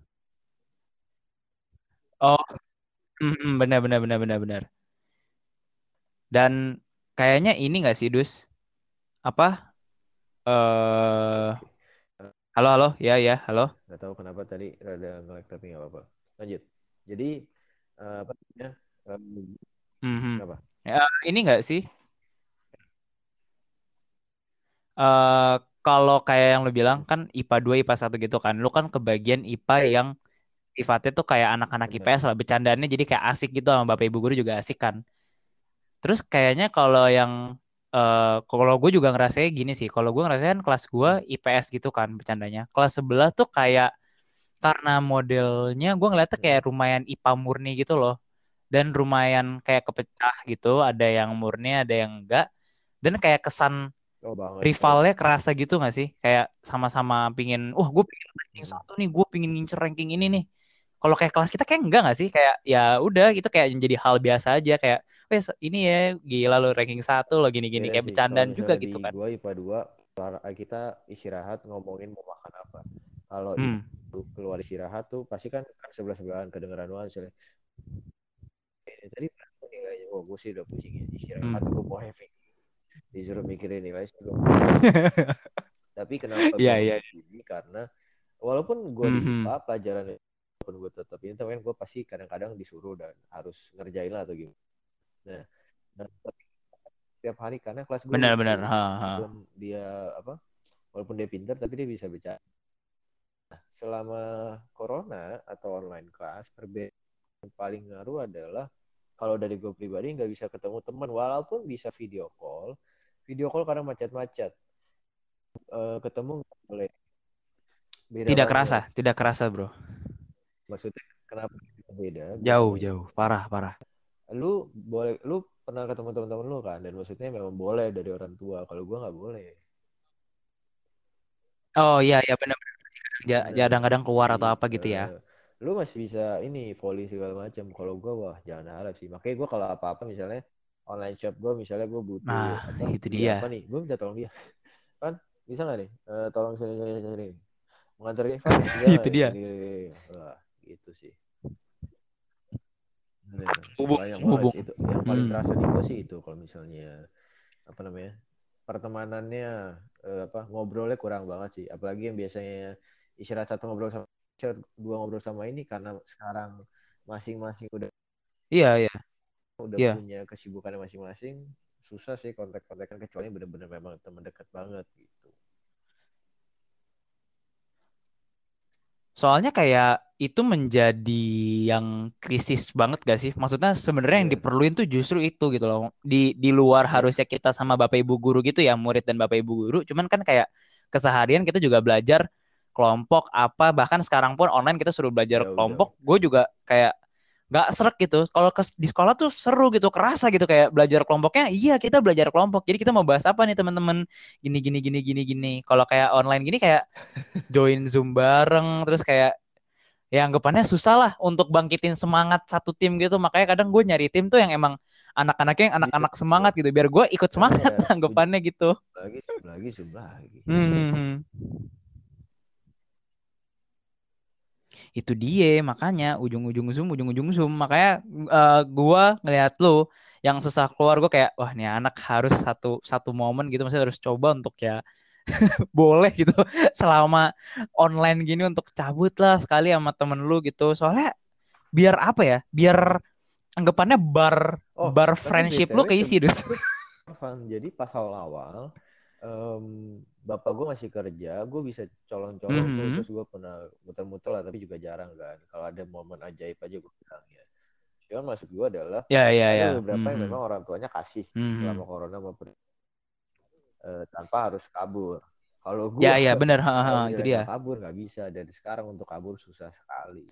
S3: Oh, benar benar benar benar benar. Dan kayaknya ini nggak sih, Dus? Apa? Eh, halo halo, ya ya, halo.
S2: Nggak tahu kenapa tadi rada nge-lag tapi nggak apa-apa. Lanjut. Jadi apa namanya?
S3: Mhm.
S2: Apa?
S3: Ini nggak sih? eh Kalau kayak yang lu bilang kan IPA 2 IPA 1 gitu kan. Lu kan kebagian IPA yang sifatnya tuh kayak anak-anak
S2: Benar.
S3: IPS lah. Bercandaannya jadi kayak asik gitu sama Bapak Ibu guru juga asik kan. Terus kayaknya kalau yang kalau gue juga ngerasain gini sih. Kalau gue ngerasain kelas gue IPS gitu kan bercandanya. Kelas sebelah tuh kayak karena modelnya gue ngeliatnya kayak lumayan IPA murni gitu loh. Dan lumayan kayak kepecah gitu. Ada yang murni, ada yang enggak. Dan kayak kesan
S2: Oh banget.
S3: rivalnya kerasa gitu gak sih? Kayak sama-sama pingin, gue pingin ranking
S2: Hmm.
S3: satu nih, gue pingin ngincer ranking ini nih. Kalau kayak kelas kita kayak enggak gak sih? Kayak ya udah gitu kayak menjadi hal biasa aja kayak, wes ini ya gila lo ranking satu lo gini-gini
S2: Beda
S3: kayak
S2: sih. Kalau
S3: bercandaan juga
S2: misalnya di
S3: gitu kan.
S2: gua IPA 2 kita istirahat ngomongin mau makan apa. Kalau IPA
S3: Hmm.
S2: keluar istirahat tuh pasti kan sebelah-sebelahan kedengeran doang misalnya. Tadi berapa nilainya? Oh, gue sih udah pusing ya. Istirahat
S3: Hmm.
S2: gue mau heavy. Disuruh mikirin nilai sih belum. Tapi kenapa gue
S3: Iya iya.
S2: ngomong gini? Karena walaupun gue di IPA
S3: Mhm.
S2: pelajaran walaupun gue tetap ini, tapi kan gue pasti kadang-kadang disuruh dan harus ngerjain lah atau gimana. Nah, tapi setiap hari karena kelas gue
S3: Benar-benar.
S2: lucu.
S3: Ha, ha.
S2: Walaupun dia apa? Walaupun dia pintar, tapi dia bisa bicara. Selama corona atau online class, perbedaan yang paling ngaruh adalah kalau dari gue pribadi nggak bisa ketemu teman, walaupun bisa video call karena macet-macet. Ketemu nggak boleh, beda banget.
S3: Tidak kerasa bro.
S2: Maksudnya kenapa beda?
S3: Jauh
S2: Biasanya
S3: jauh, parah parah.
S2: lu pernah ketemu teman-teman lu kan, dan maksudnya memang boleh dari orang tua. Kalau gue nggak boleh.
S3: Oh iya iya benar-benar.
S2: Bener.
S3: Kadang-kadang keluar
S2: Jadi
S3: atau apa gitu ya.
S2: lu masih bisa ini volley segala macam. Kalau gue wah jangan harap sih. Makanya gue kalau apa-apa misalnya online shop gue, misalnya gue butuh
S3: Nah,
S2: apa,
S3: itu
S2: beli
S3: dia.
S2: apa nih, gue minta tolong dia kan, bisa nggak nih, tolong sini mengantarin Van, bisa nggak
S3: Itu
S2: nih
S3: dia.
S2: gini, wah gitu sih. Bener.
S3: Hubung
S2: Banyak banget
S3: hubung.
S2: itu yang paling
S3: Hmm.
S2: terasa di gue sih itu kalau misalnya apa namanya, pertemanannya apa ngobrolnya kurang banget sih, apalagi yang biasanya istirahat satu ngobrol sama teacher, dua ngobrol sama ini, karena sekarang masing-masing
S3: Iya iya
S2: udah
S3: iya.
S2: punya kesibukannya masing-masing, susah sih kontak-kontakan kecuali bener-bener memang teman dekat banget gitu.
S3: Soalnya kayak itu menjadi yang krisis banget gak sih? Maksudnya sebenarnya yang
S2: Iya,
S3: diperluin tuh justru itu gitu loh. Di luar
S2: iya,
S3: harusnya kita sama Bapak Ibu guru gitu ya, murid dan Bapak Ibu guru. Cuman kan kayak keseharian kita juga belajar kelompok apa, bahkan sekarang pun online kita suruh belajar
S2: jauh-jauh.
S3: kelompok. Gue juga kayak nggak seret gitu. Kalau di sekolah tuh seru gitu, kerasa gitu kayak belajar kelompoknya. Iya kita belajar kelompok. Jadi kita mau bahas apa nih teman-teman? Gini gini gini gini gini. Kalau kayak online gini kayak join Zoom bareng terus kayak ya anggapannya susah lah untuk bangkitin semangat satu tim gitu. Makanya kadang gue nyari tim tuh yang emang anak-anaknya yang
S2: Bisa
S3: anak-anak semangat gitu biar gue ikut
S2: karena
S3: semangat
S2: ya
S3: anggapannya gitu.
S2: lagi.
S3: Hmm. Itu dia makanya ujung-ujung zoom makanya gue ngeliat lu yang susah keluar gue kayak wah nih anak harus satu satu momen gitu maksudnya harus coba untuk ya boleh gitu selama online gini untuk cabut lah sekali sama temen lu gitu soalnya biar apa ya biar anggapannya bar
S2: Oh,
S3: bar
S2: tapi
S3: friendship lu
S2: BTW
S3: keisi dus.
S2: itu Van, jadi pas awal-awal em, bapak gue masih kerja, gue bisa colong-colong tuh,
S3: Mhm.
S2: terus gue pernah muter-muter lah, tapi juga jarang kan. Kalau ada momen ajaib aja gue bilang ya. Cuman maksud gue adalah
S3: Ya ya
S2: ada
S3: ya.
S2: beberapa yang memang
S3: Mhm.
S2: orang tuanya kasih selama
S3: Mhm.
S2: corona maupun tanpa harus kabur. Kalau
S3: Ya
S2: gue,
S3: ya benar
S2: kalau
S3: itu
S2: misalnya
S3: dia.
S2: nggak kabur nggak bisa. Dari sekarang untuk kabur susah sekali.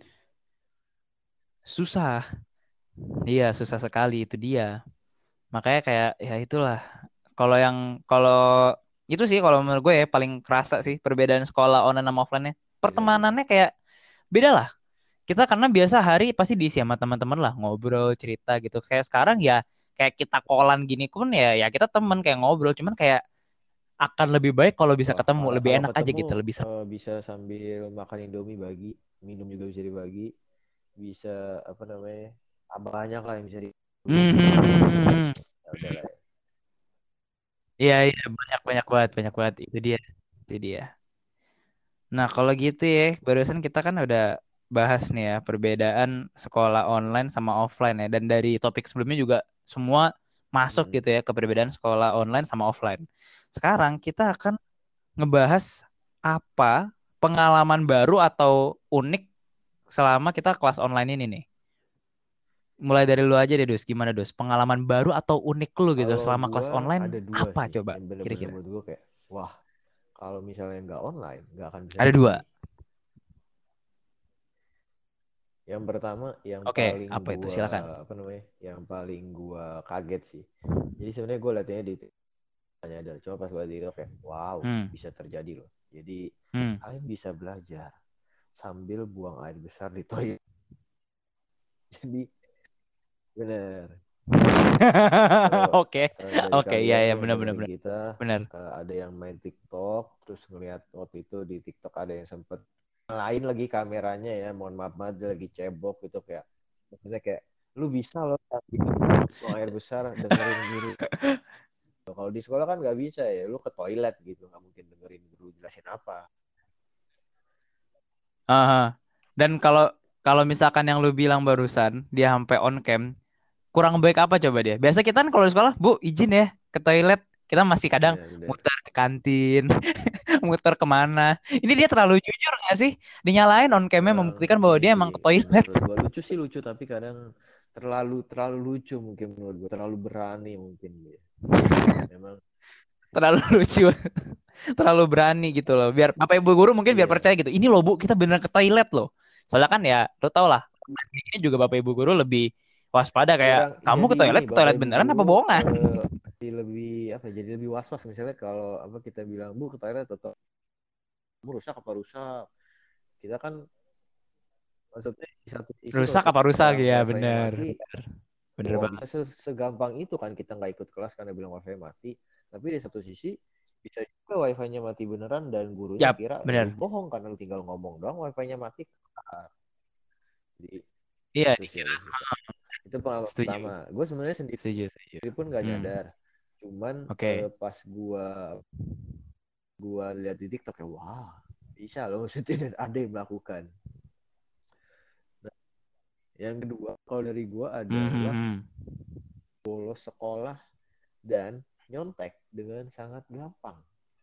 S3: Susah. Iya susah sekali itu dia. Makanya kayak ya itulah. Kalau yang kalau itu sih kalau menurut gue ya paling kerasa sih perbedaan sekolah online sama offline-nya.
S2: Bisa bisa.
S3: Pertemanannya kayak beda lah. Kita karena biasa hari pasti diisi sama teman-teman lah ngobrol cerita gitu. Kayak sekarang ya kayak kita callan gini pun ya kita temen kayak ngobrol, cuman kayak akan lebih baik kalau bisa
S2: Wah,
S3: ketemu, lebih
S2: kalau
S3: enak aja
S2: ketemu
S3: gitu, lebih seru.
S2: bisa sambil makan Indomie bagi, minum juga bisa dibagi, bisa apa namanya, banyak lah yang bisa di.
S3: Hmm.
S2: Ya udah lah ya.
S3: Iya, iya, banyak banget itu dia. Nah, kalau gitu ya, barusan kita kan udah bahas nih ya perbedaan sekolah online sama offline ya, dan dari topik sebelumnya juga semua masuk
S2: Hmm.
S3: gitu ya ke perbedaan sekolah online sama offline. Sekarang kita akan ngebahas apa pengalaman baru atau unik selama kita kelas online ini nih. Mulai dari lu aja deh, Dus. Gimana, Dus? Pengalaman baru atau unik lu gitu
S2: Kalau
S3: selama kelas
S2: gua
S3: online
S2: ada dua
S3: apa
S2: sih
S3: coba
S2: yang bener-bener
S3: kira-kira?
S2: menurut gua kayak wah, kalau misalnya nggak online nggak akan bisa
S3: Ada
S2: kayak
S3: dua.
S2: gini. Yang pertama yang
S3: Oke,
S2: paling
S3: apa itu?
S2: gua
S3: Silakan.
S2: apa namanya, yang paling gua kaget sih. Jadi sebenarnya gua liatnya di hanya ada, cuma pas gua di TikTok kayak wow,
S3: Hmm.
S2: bisa terjadi loh. Jadi
S3: Hmm.
S2: kalian bisa belajar sambil buang air besar di toilet. Jadi bener. Kalau
S3: Oke.
S2: dari
S3: Oke, iya
S2: kalian
S3: ya,
S2: nih yang
S3: benar benar
S2: dengerin
S3: benar.
S2: kita,
S3: Benar.
S2: ada yang main TikTok, terus ngelihat waktu itu di TikTok ada yang sempet lain lagi kameranya ya, mohon maaf banget dia lagi cebok gitu, kayak maksudnya kayak lu bisa loh tapi buang air besar dengerin guru. Kalau di sekolah kan nggak bisa ya, lu ke toilet gitu, nggak mungkin dengerin guru jelasin apa.
S3: Aha. Dan kalau kalau misalkan yang lu bilang barusan dia sampai on cam, kurang baik apa coba dia? Biasa kita kan kalau di sekolah, Bu, izin ya ke toilet. Kita masih kadang
S2: Ya bener.
S3: muter ke kantin, muter kemana. Ini dia terlalu jujur nggak sih? Dinyalain on camnya
S2: Emang
S3: membuktikan bahwa
S2: ini
S3: dia
S2: sih
S3: emang ke
S2: menurut
S3: toilet.
S2: gua lucu sih, lucu tapi kadang terlalu terlalu lucu mungkin menurut gua, terlalu berani mungkin dia. Memang
S3: Terlalu lucu, terlalu berani gitu loh. Biar Bapak Ibu guru mungkin biar
S2: iya.
S3: percaya gitu. Ini loh Bu, kita beneran ke toilet loh. Soalnya kan ya, lo tau lah, ini juga Bapak Ibu guru lebih waspada kayak
S2: Kurang
S3: kamu
S2: jadi ini
S3: ke
S2: Bapak
S3: toilet
S2: Ibu
S3: beneran apa
S2: guru
S3: bohongan?
S2: lebih apa, jadi lebih was-was misalnya kalau apa kita bilang Bu ke toilet atau kamu rusak apa rusak, kita kan maksudnya di satu sisi kalau
S3: Rusak apa rusak
S2: bilang
S3: ya,
S2: wifi-nya
S3: bener.
S2: mati,
S3: Bener
S2: wow bisa
S3: banget.
S2: segampang itu kan kita nggak ikut kelas karena bilang wifi mati, tapi di satu sisi bisa juga wifi-nya mati beneran dan gurunya
S3: Yap,
S2: kira lu
S3: bener.
S2: bohong karena lu tinggal ngomong doang wifi-nya mati. Jadi
S3: Iya,
S2: itu sih itu pengalaman
S3: setuju.
S2: pertama gue sebenarnya sendiri
S3: Setuju, setuju.
S2: pun nggak
S3: Hmm,
S2: nyadar, cuman
S3: oke.
S2: pas gua lihat di TikTok ya wah bisa loh maksudnya dan ada yang melakukan. Nah, yang kedua kalau dari gua
S3: Hmm,
S2: adalah bolos sekolah dan nyontek dengan sangat gampang.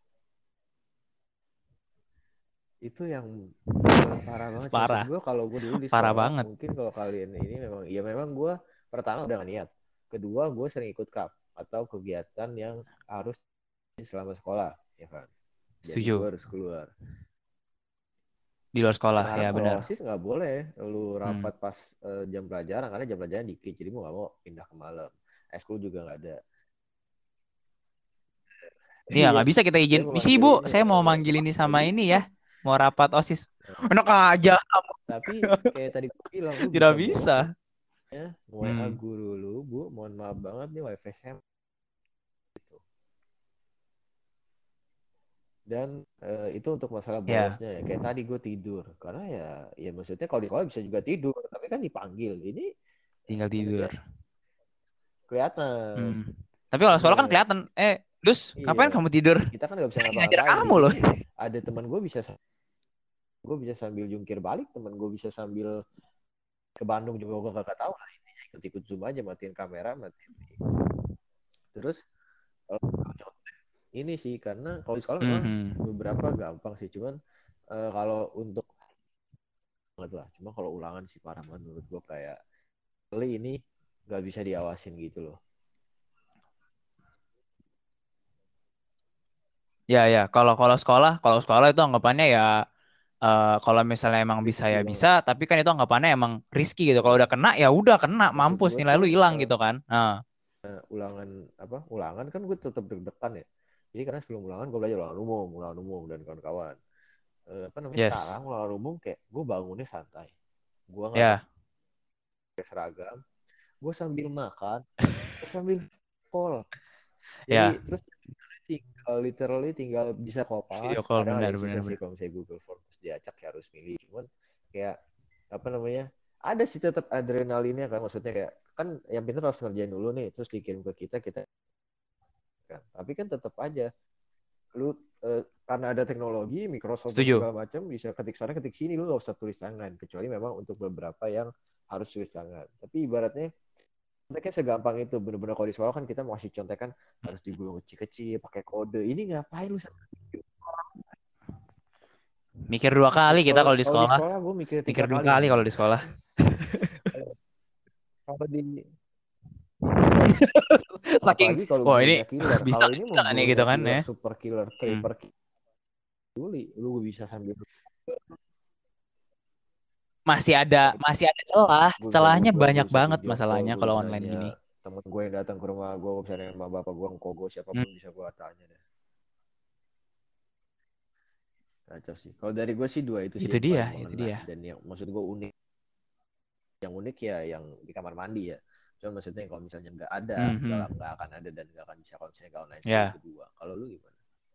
S2: Itu yang parah banget sih maksud
S3: Parah,
S2: gua. Kalau gua dulu di
S3: parah
S2: sekolah
S3: banget.
S2: mungkin kalau kalian ini memang ya memang gua pertama udah gak niat, kedua gua sering ikut cup atau kegiatan yang harus selama sekolah ya kan, jadi gua
S3: Setuju.
S2: harus keluar.
S3: Di luar sekolah,
S2: Sekarang
S3: ya
S2: kalau
S3: bener.
S2: OSIS nggak boleh lu
S3: Hmm.
S2: rapat pas jam pelajaran karena jam pelajaran dikit, jadi mau nggak mau pindah ke malam. Eskul juga nggak ada.
S3: Iya,
S2: Iya,
S3: nggak bisa kita izin.
S2: dia
S3: Misi
S2: memanggil
S3: Bu,
S2: ini
S3: saya
S2: apa
S3: mau
S2: namanya,
S3: manggil ini
S2: nggak
S3: sama ini
S2: bisa.
S3: ya. Mau rapat OSIS.
S2: Nah,
S3: Enak aja.
S2: tapi kayak tadi gue bilang lu
S3: Tidak
S2: bisa bolos
S3: bisa.
S2: ya, WA
S3: Hmm.
S2: guru lu Bu, mohon maaf banget nih wifi saya gitu. Dan itu untuk masalah
S3: Ya,
S2: bolosnya ya. Kayak tadi gue tidur karena ya maksudnya kalau di sekolah bisa juga tidur, tapi kan dipanggil. Ini
S3: tinggal
S2: maksudnya
S3: tidur.
S2: kelihatan.
S3: Hmm. Tapi kalau sekolah kan
S2: Bener.
S3: kelihatan. Dus,
S2: Iya.
S3: ngapain kamu tidur?
S2: Kita kan nggak bisa
S3: Saya ngajar
S2: ngapa-ngapain di
S3: kamu loh.
S2: sini. Ada teman gue bisa sambil jungkir balik, teman gue bisa sambil ke Bandung juga gue gak tahu lah, intinya ikut-ikut zoom aja, matiin kamera, matiin. Terus kalau ini sih karena kalau di sekolah memang
S3: Mhm.
S2: beberapa gampang sih, cuman kalau untuk banget lah, cuma kalau ulangan sih parah banget menurut gue, kayak kali ini nggak bisa diawasin gitu loh.
S3: Ya ya, kalau sekolah itu anggapannya ya kalau misalnya emang bisa
S2: Risky
S3: ya bisa,
S2: banget.
S3: tapi kan itu anggapannya emang risky gitu. Kalau udah
S2: Iya.
S3: kena ya udah kena,
S2: Maksud
S3: mampus
S2: gue
S3: nilai
S2: tuh
S3: lu hilang gitu kan. Nah,
S2: ulangan apa, ulangan kan gue tetap deg-degan ya, jadi karena sebelum ulangan gue belajar ulangan umum dan kawan-kawan. Apa namanya, sekarang
S3: yes.
S2: ulangan umum kayak gue bangunnya santai, gue nggak
S3: Ya.
S2: pakai seragam, gue sambil makan sambil call.
S3: Ya,
S2: Jadi terus literally tinggal bisa
S3: video
S2: kopas.
S3: call
S2: Kadang ada
S3: benar
S2: yang
S3: benar
S2: susah sih
S3: benar.
S2: kalau misalnya Google Form terus diacak ya harus milih. Cuman kayak apa namanya? Ada sih tetap adrenalinnya kan, maksudnya kayak kan yang pintar harus ngerjain dulu nih, terus dikirim ke kita, kita kan. Tapi kan tetap aja lu karena ada teknologi Microsoft dan
S3: Setuju.
S2: segala macam bisa ketik sana ketik sini, lu nggak usah tulis tangan kecuali memang untuk beberapa yang harus tulis tangan. Tapi ibaratnya conteknya segampang itu, bener-bener kalau di sekolah kan kita masih contekan harus digulung kecil-kecil pakai kode, ini ngapain lu
S3: Mikir dua kali kita
S2: kalau
S3: kalau di
S2: kalau di
S3: sekolah.
S2: sekolah gue mikir
S3: Mikir
S2: tiga
S3: dua
S2: kali
S3: kali
S2: malah.
S3: kalau di sekolah.
S2: Kalau di
S3: Saking,
S2: apalagi kalau
S3: wah ini
S2: gurunya killer,
S3: bisa
S2: kalau ini
S3: bisa
S2: mau
S3: nih gitu
S2: gurunya
S3: kan
S2: killer
S3: ya.
S2: super killer
S3: Hmm.
S2: triper killer, lu bisa sambil
S3: Masih ada celah.
S2: gue bisa
S3: Celahnya
S2: dua gue
S3: banyak
S2: bisa
S3: banget
S2: video call,
S3: masalahnya
S2: gue
S3: kalau
S2: bisa
S3: online
S2: nanya
S3: gini.
S2: temen gue yang datang ke rumah gue bisa nanya sama bapak gue ngkogo
S3: Hmm,
S2: siapapun bisa gue tanya deh. Kacau sih kalau dari gue sih dua itu sih
S3: itu
S2: yang
S3: dia,
S2: paling
S3: itu
S2: mengena,
S3: dia.
S2: dan yang maksud gue unik, yang unik ya yang di kamar mandi ya. Cuma maksudnya kalau misalnya nggak ada,
S3: Mhm.
S2: nggak akan ada dan nggak akan bisa kalau misalnya nggak online seperti
S3: Ya.
S2: itu dua. Kalau lu gimana?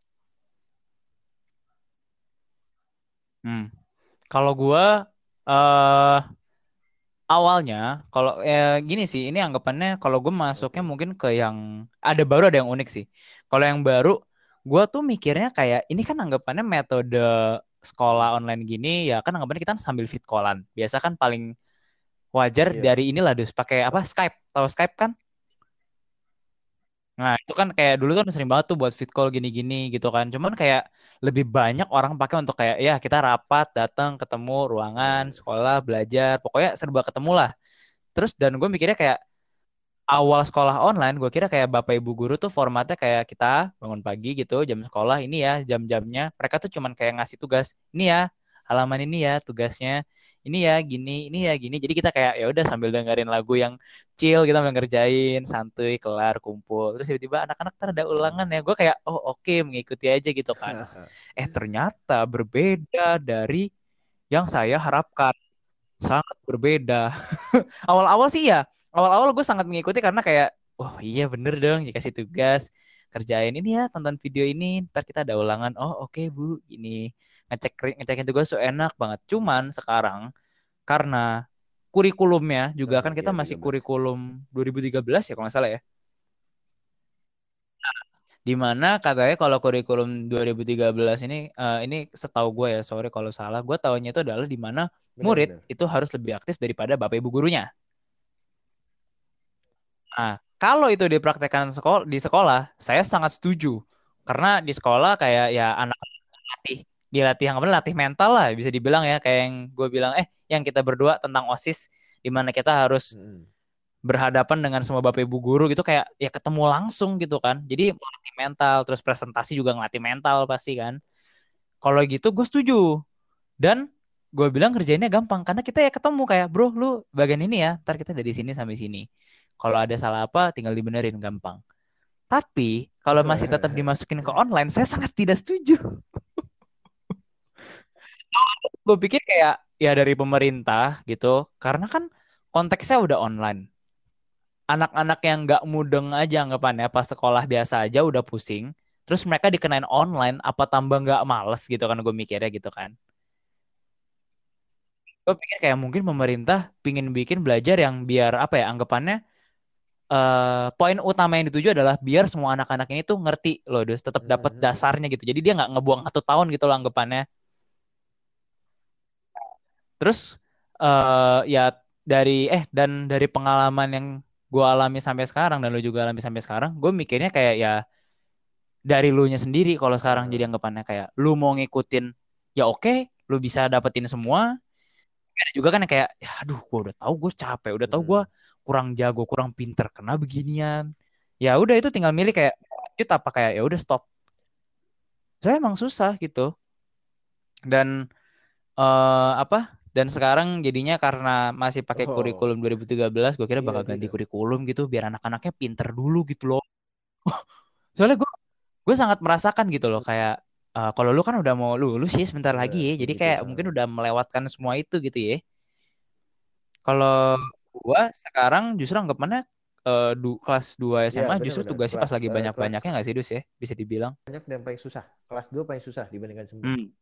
S3: Hmm. Kalau gua eh awalnya kalau gini sih, ini anggapannya kalau gue masuknya
S2: Oke.
S3: mungkin ke yang ada yang unik sih. Kalau yang baru, gua tuh mikirnya kayak ini kan anggapannya metode sekolah
S2: Hmm.
S3: online gini ya kan anggapannya kita sambil fit callan. Biasa kan paling wajar
S2: Iya.
S3: dari inilah dus pakai apa Skype. Tahu Skype kan? Nah, itu kan kayak dulu kan sering banget tuh buat fit call gini-gini gitu kan. Cuman kayak lebih banyak orang pakai untuk kayak ya kita rapat, datang, ketemu,
S2: Iya,
S3: ruangan,
S2: iya.
S3: sekolah, belajar, pokoknya serba ketemu lah. Terus dan gue mikirnya kayak awal sekolah online, gue kira kayak bapak ibu guru tuh formatnya kayak kita bangun pagi gitu, jam sekolah ini ya, jam-jamnya. Mereka tuh cuman kayak ngasih tugas, ini ya, halaman ini ya tugasnya, ini ya gini. Jadi kita kayak ya udah sambil dengerin lagu yang chill, kita sambil ngerjain, santuy, kelar, kumpul. Terus tiba-tiba anak-anak ntar ada ulangan ya, gue kayak oh oke mengikuti aja gitu kan. Ternyata berbeda dari yang saya harapkan, sangat berbeda. Awal-awal sih ya, awal-awal gue sangat mengikuti karena kayak, oh iya bener dong, dikasih tugas, kerjain ini ya, tonton video ini, ntar kita ada ulangan. Oh oke bu, ini ngecekin tugas tuh enak banget. Cuman sekarang karena kurikulumnya juga kan kita
S2: Iya
S3: masih
S2: 13.
S3: kurikulum 2013 ya kalau nggak salah ya. Di mana katanya kalau kurikulum 2013 ini setahu gue ya, sorry kalau salah, gue tahunya itu adalah di mana murid
S2: Benar-benar.
S3: itu harus lebih aktif daripada bapak ibu gurunya. Nah, kalau itu dipraktekkan di sekolah, saya sangat setuju. Karena di sekolah kayak ya anak latih, dilatih yang apa latih mental lah bisa dibilang ya kayak yang gue bilang yang kita berdua tentang OSIS di mana kita harus
S2: Mm-mm.
S3: berhadapan dengan semua bapak ibu guru gitu kayak ya ketemu langsung gitu kan. Jadi melatih mental terus presentasi juga ngelatih mental pasti kan. Kalau gitu gue setuju. Dan gue bilang kerjainnya gampang karena kita ya ketemu kayak bro lu bagian ini ya, ntar kita dari sini sampai sini. Kalau ada salah apa tinggal dibenerin gampang. Tapi kalau masih tetap dimasukin ke online, saya sangat tidak setuju. Gue pikir kayak ya dari pemerintah gitu, karena kan konteksnya udah online. Anak-anak yang nggak mudeng aja anggapannya pas sekolah biasa aja udah pusing. Terus mereka dikenain online, apa tambah nggak males gitu kan gue mikirnya gitu kan. Gue pikir kayak mungkin pemerintah pingin bikin belajar yang biar apa ya anggapannya poin utama yang dituju adalah biar semua anak-anak ini tuh ngerti loh, dus tetap dapat
S2: Mm-mm.
S3: dasarnya gitu. Jadi dia nggak ngebuang 1 tahun gitu loh anggapannya. Terus ya dan dari pengalaman yang gue alami sampai sekarang dan lu juga alami sampai sekarang, gue mikirnya kayak ya dari lu nya sendiri kalau sekarang jadi
S2: Aha.
S3: anggapannya kayak lu mau ngikutin ya oke, lu bisa dapetin semua. Ada juga kan yang kayak ya aduh gue udah tahu gue capek, udah tahu gue
S2: Mm.
S3: kurang jago, kurang pinter kena beginian. Ya udah itu tinggal milih kayak lanjut apa kayak ya udah stop. Saya emang susah gitu. Dan apa? Dan sekarang jadinya karena masih pakai
S2: Oh,
S3: kurikulum 2013, gue kira
S2: iya
S3: bakal ganti
S2: tidak.
S3: kurikulum gitu biar anak-anaknya pinter dulu gitu loh. Soalnya gue sangat merasakan gitu loh kayak kalau lu kan udah mau lulus sih sebentar lagi
S2: Benar,
S3: ya. Jadi
S2: setuju tuh.
S3: kayak mungkin udah melewatkan semua itu gitu ya. Kalau gua sekarang justru anggapannya kelas 2
S2: Iya,
S3: SMA justru
S2: benar-benar.
S3: tugasnya pas lagi
S2: Kelas
S3: banyak-banyaknya nggak sih Dus ya? Bisa dibilang.
S2: banyak dan paling susah. Kelas 2 paling susah dibandingkan semua.
S3: Hmm.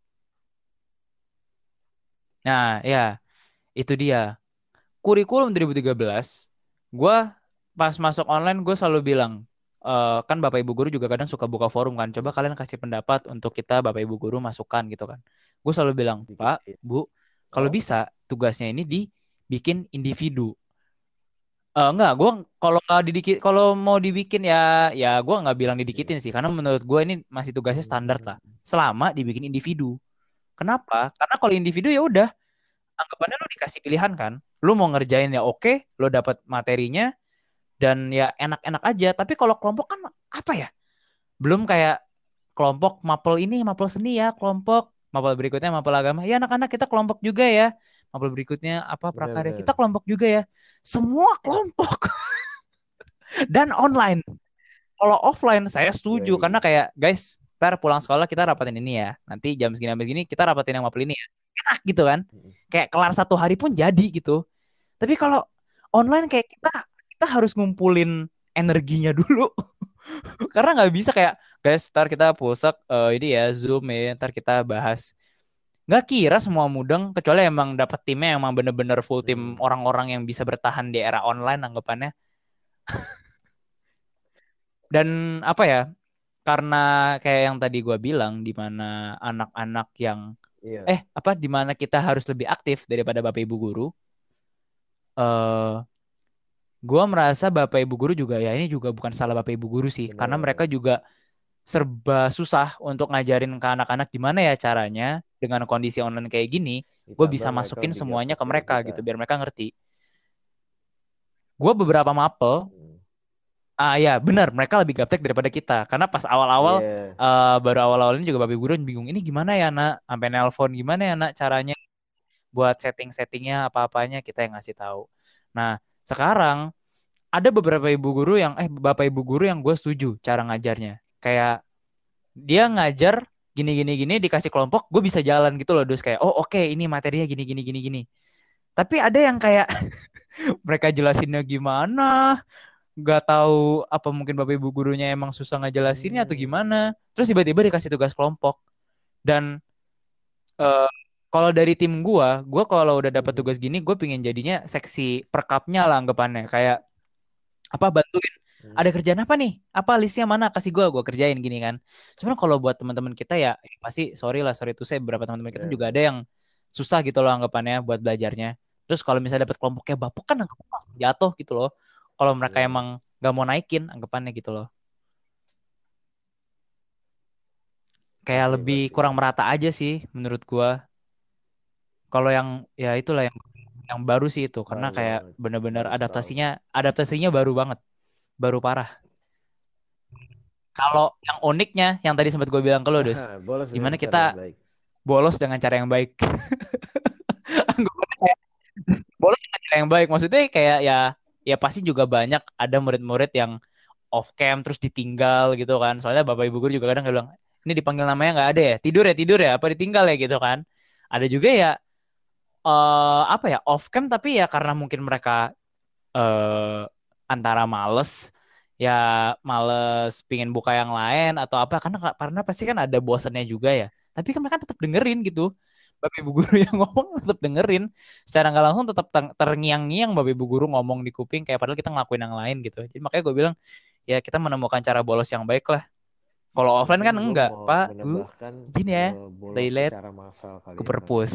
S3: Nah, ya, itu dia. Kurikulum 2013, gue pas masuk online gue selalu bilang, kan Bapak Ibu Guru juga kadang suka buka forum kan, coba kalian kasih pendapat untuk kita Bapak Ibu Guru masukan gitu kan. Gue selalu bilang,
S2: Bikin.
S3: Pak, Bu, kalau
S2: Oh,
S3: bisa tugasnya ini dibikin individu. Enggak, gue kalau nggak kalau mau dibikin ya gue nggak bilang didikitin sih, karena menurut gue ini masih tugasnya standar lah. Selama dibikin individu. Kenapa? Karena kalau individu ya udah, anggapannya lu dikasih pilihan kan, lu mau ngerjain ya oke, lu dapat materinya dan ya enak-enak aja. Tapi kalau kelompok kan apa ya, belum kayak kelompok mapel ini mapel seni ya, kelompok mapel berikutnya mapel agama ya, anak-anak kita kelompok juga ya, mapel berikutnya apa prakarya kita
S2: benar-benar.
S3: kelompok juga ya, semua kelompok. Dan online. Kalau offline saya setuju karena
S2: Yoi.
S3: kayak guys, ntar pulang sekolah kita rapatin ini ya, nanti jam segini sampai segini kita rapatin yang mapel ini ya, enak gitu kan, kayak kelar satu hari pun jadi gitu. Tapi kalau online kayak kita harus ngumpulin energinya dulu. Karena nggak bisa kayak guys, ntar kita pusat ini ya Zoom ya, ntar kita bahas. Nggak kira semua mudeng kecuali emang dapat timnya emang bener-bener full tim
S2: Hmm.
S3: orang-orang yang bisa bertahan di era online anggapannya. Dan apa ya? Karena kayak yang tadi gua bilang di mana anak-anak yang
S2: Iya,
S3: apa di mana kita harus lebih aktif daripada Bapak Ibu guru. Eh Gua merasa Bapak Ibu guru juga ya ini juga bukan salah Bapak Ibu guru sih, karena mereka
S2: benar.
S3: juga serba susah untuk ngajarin ke anak-anak gimana ya caranya dengan kondisi online kayak gini, gue bisa
S2: Ditambah mereka
S3: masukin
S2: lebih
S3: semuanya
S2: gaptek
S3: ke
S2: dari
S3: mereka
S2: kita.
S3: gitu biar mereka ngerti. Gue beberapa mapel,
S2: Hmm.
S3: ya benar mereka lebih gaptek daripada kita, karena pas awal-awal
S2: Iya.
S3: baru awal-awal ini juga Bapak Ibu guru bingung ini gimana ya nak, sampai nelpon gimana ya nak caranya buat setting-settingnya apa-apanya kita yang ngasih tahu. Nah sekarang ada beberapa ibu guru yang bapak ibu guru yang gue setuju cara ngajarnya. Kayak dia ngajar gini gini gini dikasih kelompok, gue bisa jalan gitu loh, dus kayak oh oke, ini materinya gini gini gini gini. Tapi ada yang kayak mereka jelasinnya gimana, nggak tahu apa mungkin bapak ibu gurunya emang susah ngejelasinnya atau gimana.
S2: Hmm.
S3: Terus tiba-tiba dikasih tugas kelompok dan eh, kalau dari tim gue kalau udah dapat
S2: Mhm.
S3: tugas gini, gue pingin jadinya seksi perkapnya lah anggapannya, kayak apa bantuin ada
S2: Hmm.
S3: kerjaan apa nih, apa listnya mana, kasih gue kerjain gini kan. Cuman kalau buat teman-teman kita ya pasti sorry lah, sorry tuh saya beberapa teman-teman kita juga ada
S2: Benar-benar.
S3: yang susah gitu loh anggapannya buat belajarnya. Terus kalau misalnya dapat kelompoknya bapuk kan anggapannya langsung jatuh gitu loh, kalau mereka
S2: Iya,
S3: emang
S2: iya.
S3: nggak mau naikin anggapannya gitu loh, kayak
S2: Ngerti,
S3: lebih
S2: ngerti.
S3: kurang merata aja sih menurut gua. Kalau yang ya itulah yang baru sih itu, karena
S2: Baru
S3: kayak
S2: banget.
S3: bener-bener
S2: Harus tahu.
S3: adaptasinya baru banget, baru parah. Kalau yang uniknya, yang tadi sempat gue bilang ke lo, Dus,
S2: Bolos dengan
S3: gimana
S2: cara
S3: kita
S2: yang baik.
S3: bolos dengan cara yang baik. Anggapannya kayak bolos dengan cara yang baik, maksudnya kayak ya pasti juga banyak ada murid-murid yang off cam terus ditinggal gitu kan. Soalnya bapak ibu guru juga kadang bilang, ini dipanggil namanya nggak ada ya, tidur ya, apa ditinggal ya gitu kan. Ada juga ya apa ya off cam tapi ya karena mungkin mereka eh antara males, ya males pingin buka yang lain atau apa, karena pasti kan ada bosannya juga ya, tapi kan mereka tetap dengerin gitu, bapak ibu guru yang ngomong tetap dengerin, secara nggak langsung tetap terngiang-ngiang bapak ibu guru ngomong di kuping kayak padahal kita ngelakuin yang lain gitu. Jadi makanya gue bilang ya kita menemukan cara bolos yang baik lah. Kalau offline
S2: Mungkin
S3: kan
S2: gue
S3: enggak
S2: mau
S3: pak bu,
S2: menambahkan
S3: izin ya
S2: bolos
S3: relate
S2: secara massal kali
S3: ke
S2: ya kali ya.
S3: perpus.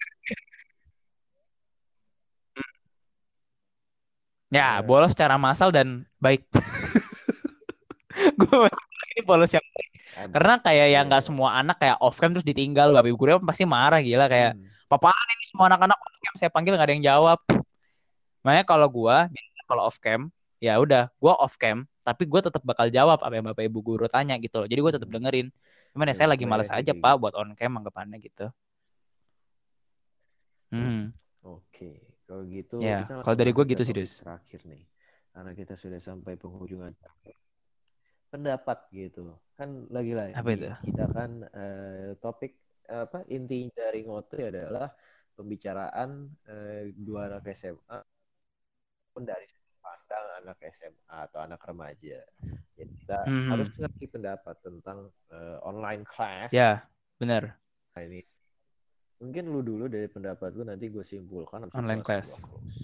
S3: Ya
S2: Ya,
S3: bolos secara massal dan baik. Gue masih bilang ini bolos yang baik.
S2: ada.
S3: Karena kayak ya
S2: Iya,
S3: nggak
S2: iya.
S3: semua anak kayak off cam terus ditinggal, bapak ibu gurunya pasti marah gila kayak
S2: Hmm.
S3: papaan ini semua anak-anak off cam saya panggil nggak ada yang jawab. Makanya kalau gua biasanya kalau off cam ya udah gua off cam tapi gue tetap bakal jawab apa yang bapak ibu guru tanya gitu loh. Jadi gue tetap
S2: Hmm.
S3: dengerin. Cuman ya
S2: Ya,
S3: saya lagi
S2: keren
S3: males
S2: sih
S3: aja
S2: kayak
S3: pak
S2: gitu.
S3: buat on cam anggapannya gitu.
S2: Hmm.
S3: Hmm.
S2: Oke, kalau gitu
S3: Ya
S2: kita
S3: kalau
S2: langsung
S3: dari gue
S2: lanjut ke
S3: gitu sih
S2: topik
S3: Dus.
S2: terakhir nih. Karena kita sudah sampai penghujung acara. Pendapat gitu. Kan
S3: Apa itu?
S2: lagi-lagi kita kan topik apa inti dari ngotot adalah pembicaraan dua anak SMA pun dari SMA. pandang anak SMA atau anak remaja. Ya, kita harus ngerti pendapat tentang online class.
S3: Ya, benar.
S2: Nah, ini mungkin lu dulu dari pendapat lu, nanti gue simpulkan habis itu
S3: Online
S2: akan
S3: class.
S2: gue close.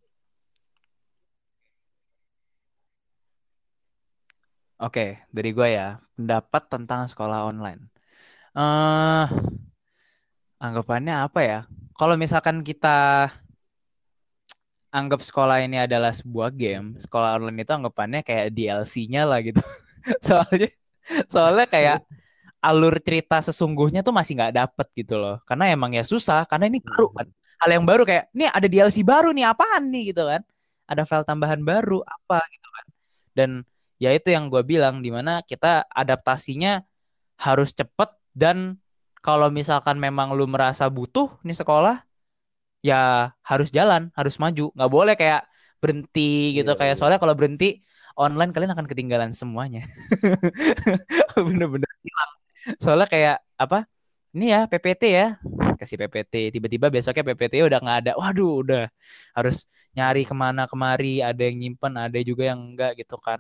S3: Oke, dari gue ya, pendapat tentang sekolah online. eh Anggapannya apa ya? Kalau misalkan kita anggap sekolah ini adalah sebuah game, sekolah online itu anggapannya kayak DLC-nya lah gitu. Soalnya soalnya kayak alur cerita sesungguhnya tuh masih nggak dapet gitu loh. Karena emang ya susah, karena ini baru kan. Hal yang baru kayak, nih ada DLC baru nih, apaan nih gitu kan. Ada file tambahan baru, apa gitu kan. Dan ya itu yang gue bilang, dimana kita adaptasinya harus cepet. Dan kalau misalkan memang lu merasa butuh nih sekolah, ya harus jalan, harus maju. Nggak boleh kayak berhenti gitu.
S2: Iya,
S3: Kayak
S2: iya.
S3: soalnya kalau berhenti, online kalian akan ketinggalan semuanya. Bener-bener. Soalnya kayak apa? Ini ya PPT ya, kasih PPT. Tiba-tiba besoknya PPT udah nggak ada. Waduh, udah harus nyari kemana kemari. Ada yang nyimpen, ada juga yang enggak gitu kan.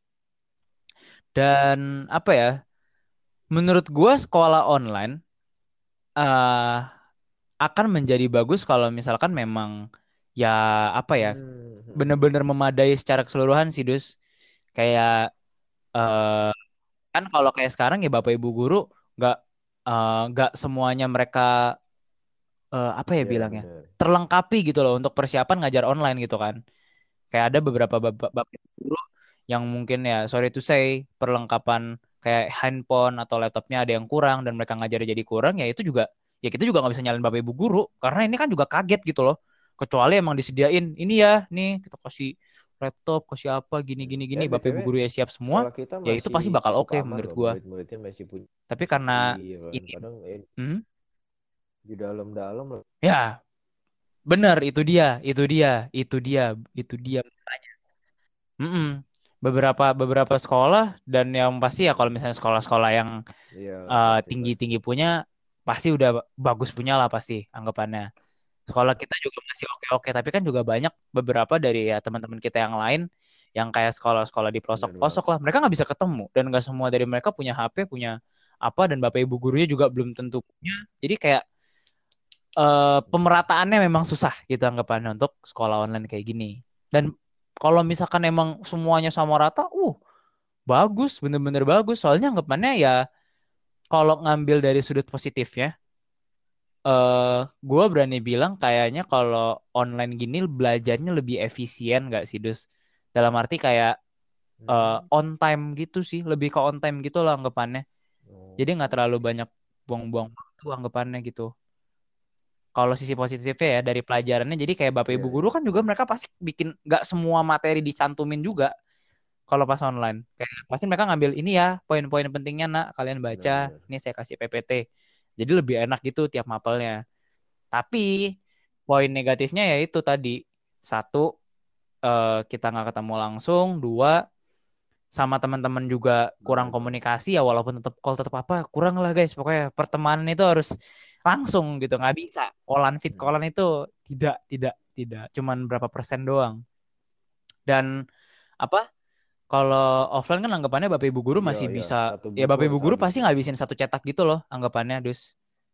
S3: Dan apa ya? Menurut gua sekolah online eh akan menjadi bagus kalau misalkan memang ya apa ya? Bener-bener memadai secara keseluruhan sih, Dus. Kayak eh kan kalau kayak sekarang ya Bapak Ibu guru nggak nggak semuanya mereka apa ya
S2: Iya,
S3: bilangnya
S2: benar.
S3: terlengkapi gitu loh untuk persiapan ngajar online gitu kan. Kayak ada beberapa bapak guru yang mungkin ya sorry to say perlengkapan kayak handphone atau laptopnya ada yang kurang dan mereka ngajar jadi kurang, ya itu juga ya kita juga nggak bisa nyalain bapak ibu guru karena ini kan juga kaget gitu loh. Kecuali emang disediain ini ya nih kita kasih laptop kasih apa gini gini gini bapak
S2: BTW
S3: ibu guru ya siap semua,
S2: sekolah kita
S3: ya itu pasti
S2: masih
S3: bakal
S2: cukup
S3: oke
S2: aman
S3: menurut
S2: loh,
S3: gua.
S2: murid-muridnya masih punya
S3: Tapi karena
S2: disiplin,
S3: ini
S2: kadang
S3: hmm,
S2: di dalam-dalam loh.
S3: ya benar itu dia. Mm-mm. Beberapa sekolah dan yang pasti ya kalau misalnya sekolah-sekolah yang
S2: Iya, pasti pasti.
S3: tinggi-tinggi punya pasti udah bagus punya lah pasti anggapannya. Sekolah kita juga masih oke-oke tapi kan juga banyak beberapa dari ya teman-teman kita yang lain yang kayak sekolah-sekolah di
S2: Benar banget.
S3: pelosok-pelosok lah mereka nggak bisa ketemu dan nggak semua dari mereka punya HP punya apa dan bapak ibu gurunya juga belum tentu punya. Jadi kayak pemerataannya memang susah gitu anggapannya untuk sekolah online kayak gini. Dan kalau misalkan emang semuanya sama rata, bagus, bener-bener bagus. Soalnya anggapannya ya kalau ngambil dari sudut positifnya, gue berani bilang kayaknya kalau online gini belajarnya lebih efisien gak sih, Dus? Dalam arti kayak on time gitu sih, lebih ke on time gitu loh anggapannya. Jadi nggak terlalu
S2: Oke.
S3: banyak buang-buang waktu anggapannya gitu. Kalau sisi positifnya ya dari pelajarannya, jadi kayak bapak
S2: Iya,
S3: ibu guru
S2: iya.
S3: kan juga mereka pasti bikin nggak semua materi dicantumin juga kalau pas online. Kayak pasti mereka ngambil ini ya poin-poin pentingnya nak kalian baca,
S2: Benar-benar.
S3: ini saya kasih PPT. Jadi lebih enak gitu tiap mapelnya. Tapi poin negatifnya ya itu tadi satu kita nggak ketemu langsung, dua sama teman-teman juga kurang
S2: Benar banget.
S3: komunikasi ya walaupun tetap call tetap apa kurang lah guys pokoknya pertemanan itu harus langsung gitu nggak bisa callan itu tidak cuman berapa persen doang dan apa kalau offline kan anggapannya bapak ibu guru
S2: Iya,
S3: masih
S2: iya.
S3: bisa
S2: Satu
S3: ya
S2: buku
S3: bapak ibu
S2: harus
S3: guru
S2: habis
S3: pasti
S2: lah.
S3: ngabisin satu cetak gitu loh anggapannya dus.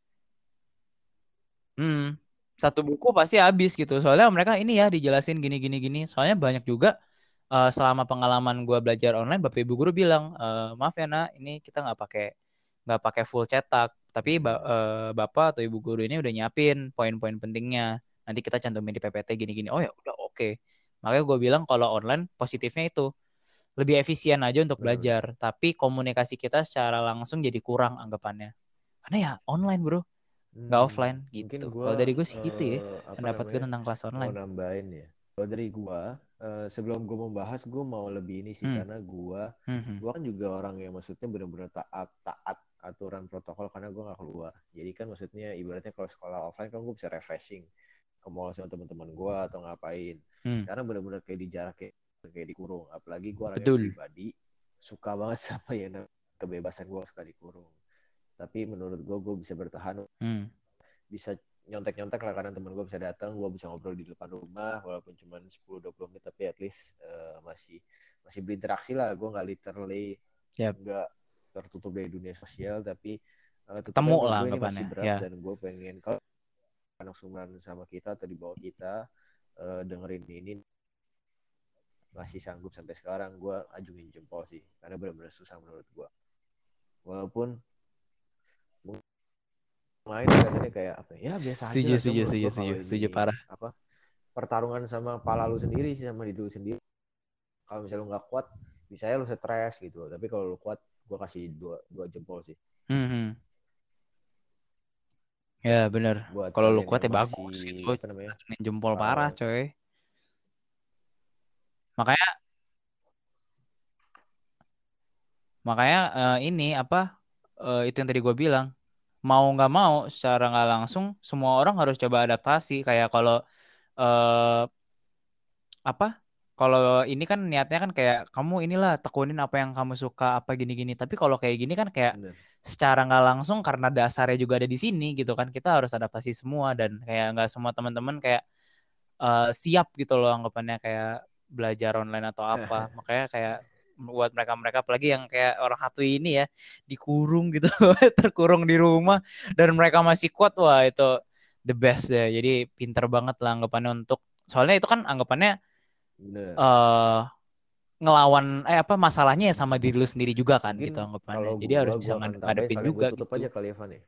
S3: Hmm, satu buku pasti habis gitu. Soalnya mereka ini ya dijelasin gini gini gini. Soalnya banyak juga selama pengalaman gue belajar online, bapak ibu guru bilang, maaf ya nak, ini kita nggak pakai full cetak. Tapi bapak atau ibu guru ini udah nyiapin poin-poin pentingnya. Nanti kita cantumin di PPT gini gini. Oh ya udah oke. Makanya gue bilang kalau online positifnya itu lebih efisien aja untuk
S2: Benar.
S3: belajar. Tapi komunikasi kita secara langsung jadi kurang anggapannya. Karena ya online bro nggak offline
S2: Mungkin
S3: gitu.
S2: gue
S3: Kalau dari gue sih gitu ya
S2: apa
S3: pendapat gue
S2: namanya
S3: tentang kelas
S2: mau
S3: online.
S2: nambahin ya. Kalau dari gue sebelum gue membahas, gue mau lebih ini sih
S3: Hmm.
S2: karena
S3: Hmm.
S2: gue kan juga orang yang maksudnya benar-benar taat aturan protokol karena gue nggak keluar. Jadi kan maksudnya ibaratnya kalau sekolah offline kan gue bisa refreshing ke mall sama teman-teman gue atau ngapain.
S3: Hmm.
S2: Karena benar-benar kayak di jarak kayak dikurung. Apalagi gue orangnya
S3: Betul.
S2: pribadi suka banget sama yang kebebasan gue suka dikurung. Tapi menurut gue bisa bertahan
S3: Hmm.
S2: bisa nyontek-nyontek lah karena temen gue bisa datang, gue bisa ngobrol di depan rumah walaupun cuma 10-20 menit tapi at least masih berinteraksi lah. Gue nggak literally
S3: Yap.
S2: nggak tertutup dari dunia sosial, tapi tetap
S3: Ketemu
S2: menurut
S3: lah
S2: gue ini masih
S3: anggapannya.
S2: berat
S3: Ya.
S2: dan gue pengen kalau anak sumuran sama kita atau di bawah kita dengerin ini masih sanggup sampai sekarang, gue ajungin jempol sih karena benar-benar susah menurut gue. Walaupun lain kelihatannya kayak apa ya biasa aja
S3: Setuju,
S2: lah.
S3: setuju,
S2: Menurut
S3: setuju,
S2: gue
S3: setuju,
S2: kalau
S3: setuju
S2: ini
S3: parah.
S2: apa pertarungan sama kepala lu sendiri sih, sama diri lu sendiri. Kalau misalnya lu nggak kuat, misalnya lu stres gitu. Tapi kalau lu kuat, gue kasih dua jempol sih.
S3: Hmm. Ya bener.
S2: Buat
S3: Kalau lu
S2: kalian
S3: kuat
S2: yang
S3: ya bagus
S2: masih
S3: gitu.
S2: apa namanya,
S3: Acungin jempol parah coy. Makanya makanya ini apa itu yang tadi gue bilang. Mau nggak mau secara nggak langsung semua orang harus coba adaptasi. Kayak kalau eh, apa? Kalau ini kan niatnya kan kayak kamu inilah tekunin apa yang kamu suka apa gini-gini. Tapi kalau kayak gini kan kayak
S2: bener.
S3: secara nggak langsung karena dasarnya juga ada di sini gitu kan kita harus adaptasi semua dan kayak nggak semua teman-teman kayak siap gitu loh anggapannya kayak belajar online atau apa. Makanya kayak buat mereka-mereka apalagi yang kayak orang satu ini ya dikurung gitu terkurung di rumah dan mereka masih kuat wah itu the best ya. Jadi pinter banget lah anggapannya untuk soalnya itu kan anggapannya
S2: Bener.
S3: eh ngelawan apa masalahnya ya sama diri lu sendiri juga kan
S2: Mungkin
S3: gitu anggapannya.
S2: kalau
S3: Jadi harus bisa
S2: gue akan tambahin
S3: ngadepin
S2: sekalian
S3: juga
S2: gue tutup
S3: gitu.
S2: aja kali Evan ya.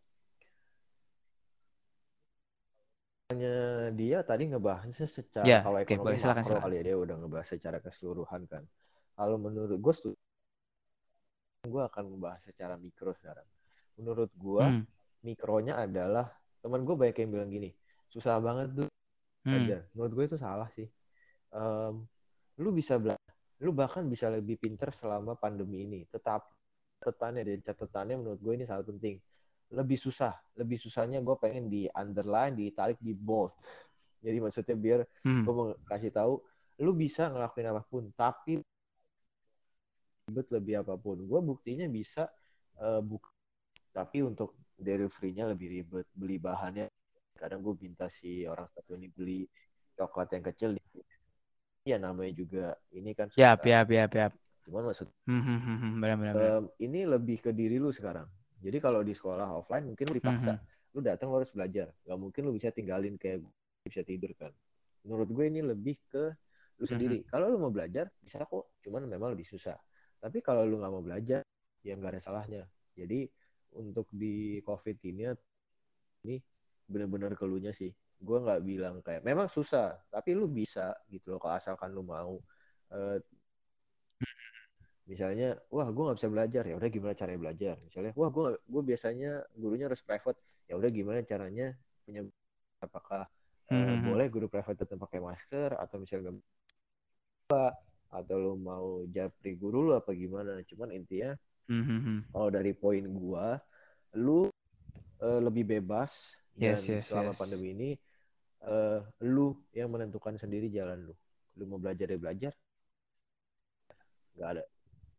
S2: Hanya dia tadi ngebahasnya secara
S3: Ya,
S2: kalau
S3: oke,
S2: ekonomi
S3: boleh silakan
S2: makro
S3: silakan.
S2: kali ya, dia udah ngebahas secara keseluruhan kan. Kalau menurut gue, gue akan membahas secara mikro sekarang. Menurut gue,
S3: Hmm.
S2: mikronya adalah teman gue banyak yang bilang gini, susah banget tuh
S3: Hmm.
S2: belajar. Menurut gue itu salah sih. Lu bisa belajar, lu bahkan bisa lebih pinter selama pandemi ini. Tetapi catatannya menurut gue ini sangat penting. Lebih susahnya gue pengen di underline, di italic, di bold. Jadi maksudnya biar gue mau kasih tahu, lu bisa ngelakuin apapun, tapi ribet lebih apapun. Gue buktinya bisa tapi untuk delivery-nya lebih ribet, beli bahannya. Kadang gue minta si orang satu ini beli coklat yang kecil, ya namanya juga ini kan
S3: Yap,
S2: susah.
S3: yap, yap, yap.
S2: Cuman maksud
S3: Benar.
S2: ini lebih ke diri lu sekarang. Jadi kalau di sekolah offline mungkin lu dipaksa, lu datang lu harus belajar. Gak mungkin lu bisa tinggalin kayak bisa tidur kan. Menurut gue ini lebih ke lu sendiri. Kalau lu mau belajar bisa kok, cuman memang lebih susah. Tapi kalau lu nggak mau belajar, ya nggak ada salahnya. Jadi untuk di COVID ini benar-benar keluhnya sih. Gue nggak bilang kayak memang susah, tapi lu bisa gitu loh kalau asalkan lu mau. Misalnya, wah gue nggak bisa belajar, ya udah gimana caranya belajar. Misalnya, wah gue biasanya gurunya harus private, ya udah gimana caranya punya, apakah boleh guru private tetap pakai masker atau misalnya atau lu mau japri guru lu apa gimana. Cuman intinya kalau dari poin gue, lu lebih bebas
S3: Yes,
S2: dan
S3: yes,
S2: selama
S3: yes.
S2: pandemi ini lu yang menentukan sendiri jalan lu. Lu mau belajar ya belajar, nggak ada.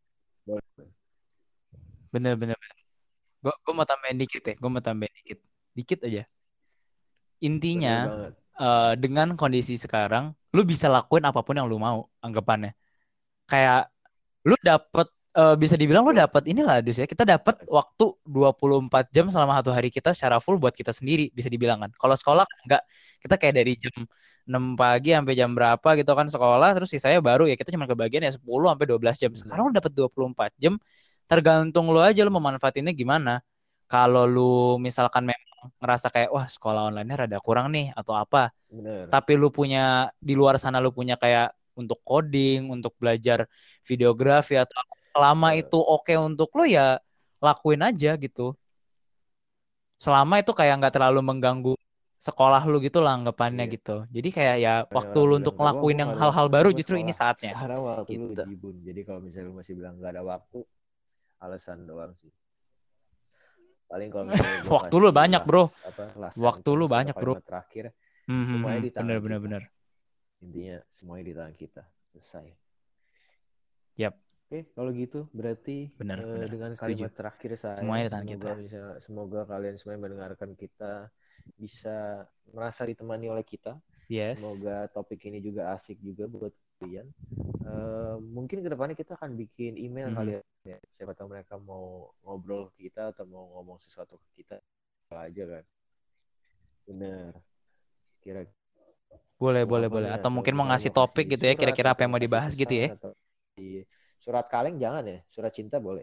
S3: Bener. Gue mau tambahin dikit ya. Gue mau tambahin dikit aja.
S2: Bener
S3: Intinya
S2: banget.
S3: dengan kondisi sekarang, lu bisa lakuin apapun yang lu mau anggapannya. Kayak lu dapet bisa dibilang lu dapet inilah Dus ya. Kita dapet waktu 24 jam selama satu hari kita secara full buat kita sendiri bisa dibilang kan. Kalau sekolah kan enggak, kita kayak dari jam 6 pagi sampai jam berapa gitu kan sekolah terus sisanya baru ya kita cuma kebagian ya 10 sampai 12 jam. Sekarang lu dapet 24 jam tergantung lu aja lu memanfaatinnya gimana. Kalau lu misalkan memang ngerasa kayak wah sekolah online-nya rada kurang nih atau apa.
S2: Bener.
S3: Tapi lu punya di luar sana lu punya kayak untuk coding, untuk belajar videografi atau selama itu oke untuk lu ya lakuin aja gitu. Selama itu kayak nggak terlalu mengganggu sekolah lu gitu lah anggapannya
S2: Iya.
S3: gitu. Jadi kayak ya
S2: Banyak
S3: waktu
S2: orang
S3: lu
S2: bilang
S3: untuk
S2: kayak, wah
S3: ngelakuin
S2: gue
S3: yang
S2: gak ada
S3: hal-hal
S2: waktu nih
S3: baru
S2: buat
S3: justru ini
S2: sekolah.
S3: saatnya.
S2: Sekarang waktu lu
S3: Gitu.
S2: jibun. Jadi kalau misalnya lu masih bilang gak ada waktu, alasan doang sih. Paling kalau misalnya gue
S3: Waktu lu banyak, Bro.
S2: last
S3: Waktu lu
S2: sentence atau
S3: banyak, Bro.
S2: kalimat terakhir, semuanya di tangan kita.
S3: Bener.
S2: Intinya semuanya di tangan kita. Selesai.
S3: Yap.
S2: Oke, kalau gitu berarti
S3: Benar, benar.
S2: dengan
S3: Setuju.
S2: kalimat terakhir
S3: Semuanya di
S2: saya,
S3: tangan kita.
S2: semoga kalian semua yang mendengarkan kita bisa merasa ditemani oleh kita.
S3: Yes.
S2: Semoga topik ini juga asik juga buat kalian. Mungkin kedepannya kita akan bikin email kali ya. Siapa tahu mereka mau ngobrol ke kita atau mau ngomong sesuatu ke kita apa aja kan. Bener. Kira
S3: Boleh,
S2: mau
S3: boleh,
S2: apa
S3: boleh.
S2: nih?
S3: Atau
S2: Atau
S3: mungkin mau
S2: misalnya
S3: ngasih
S2: mau
S3: topik
S2: kasih
S3: gitu ya,
S2: surat
S3: kira-kira apa
S2: atau
S3: yang
S2: mau
S3: mau
S2: kasih
S3: dibahas gitu
S2: pesan
S3: ya.
S2: atau di surat kaleng jangan ya. Surat cinta boleh.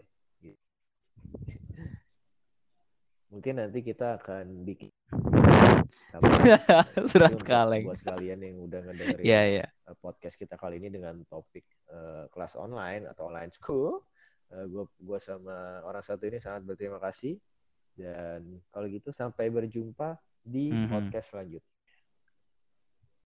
S2: Mungkin nanti kita akan bikin
S3: Surat
S2: untuk
S3: kaleng.
S2: buat kalian yang udah
S3: Iya,
S2: ngedengerin
S3: iya.
S2: podcast kita kali ini dengan topik kelas online atau online school. Gue sama orang satu ini sangat berterima kasih dan kalau gitu sampai berjumpa di podcast selanjutnya.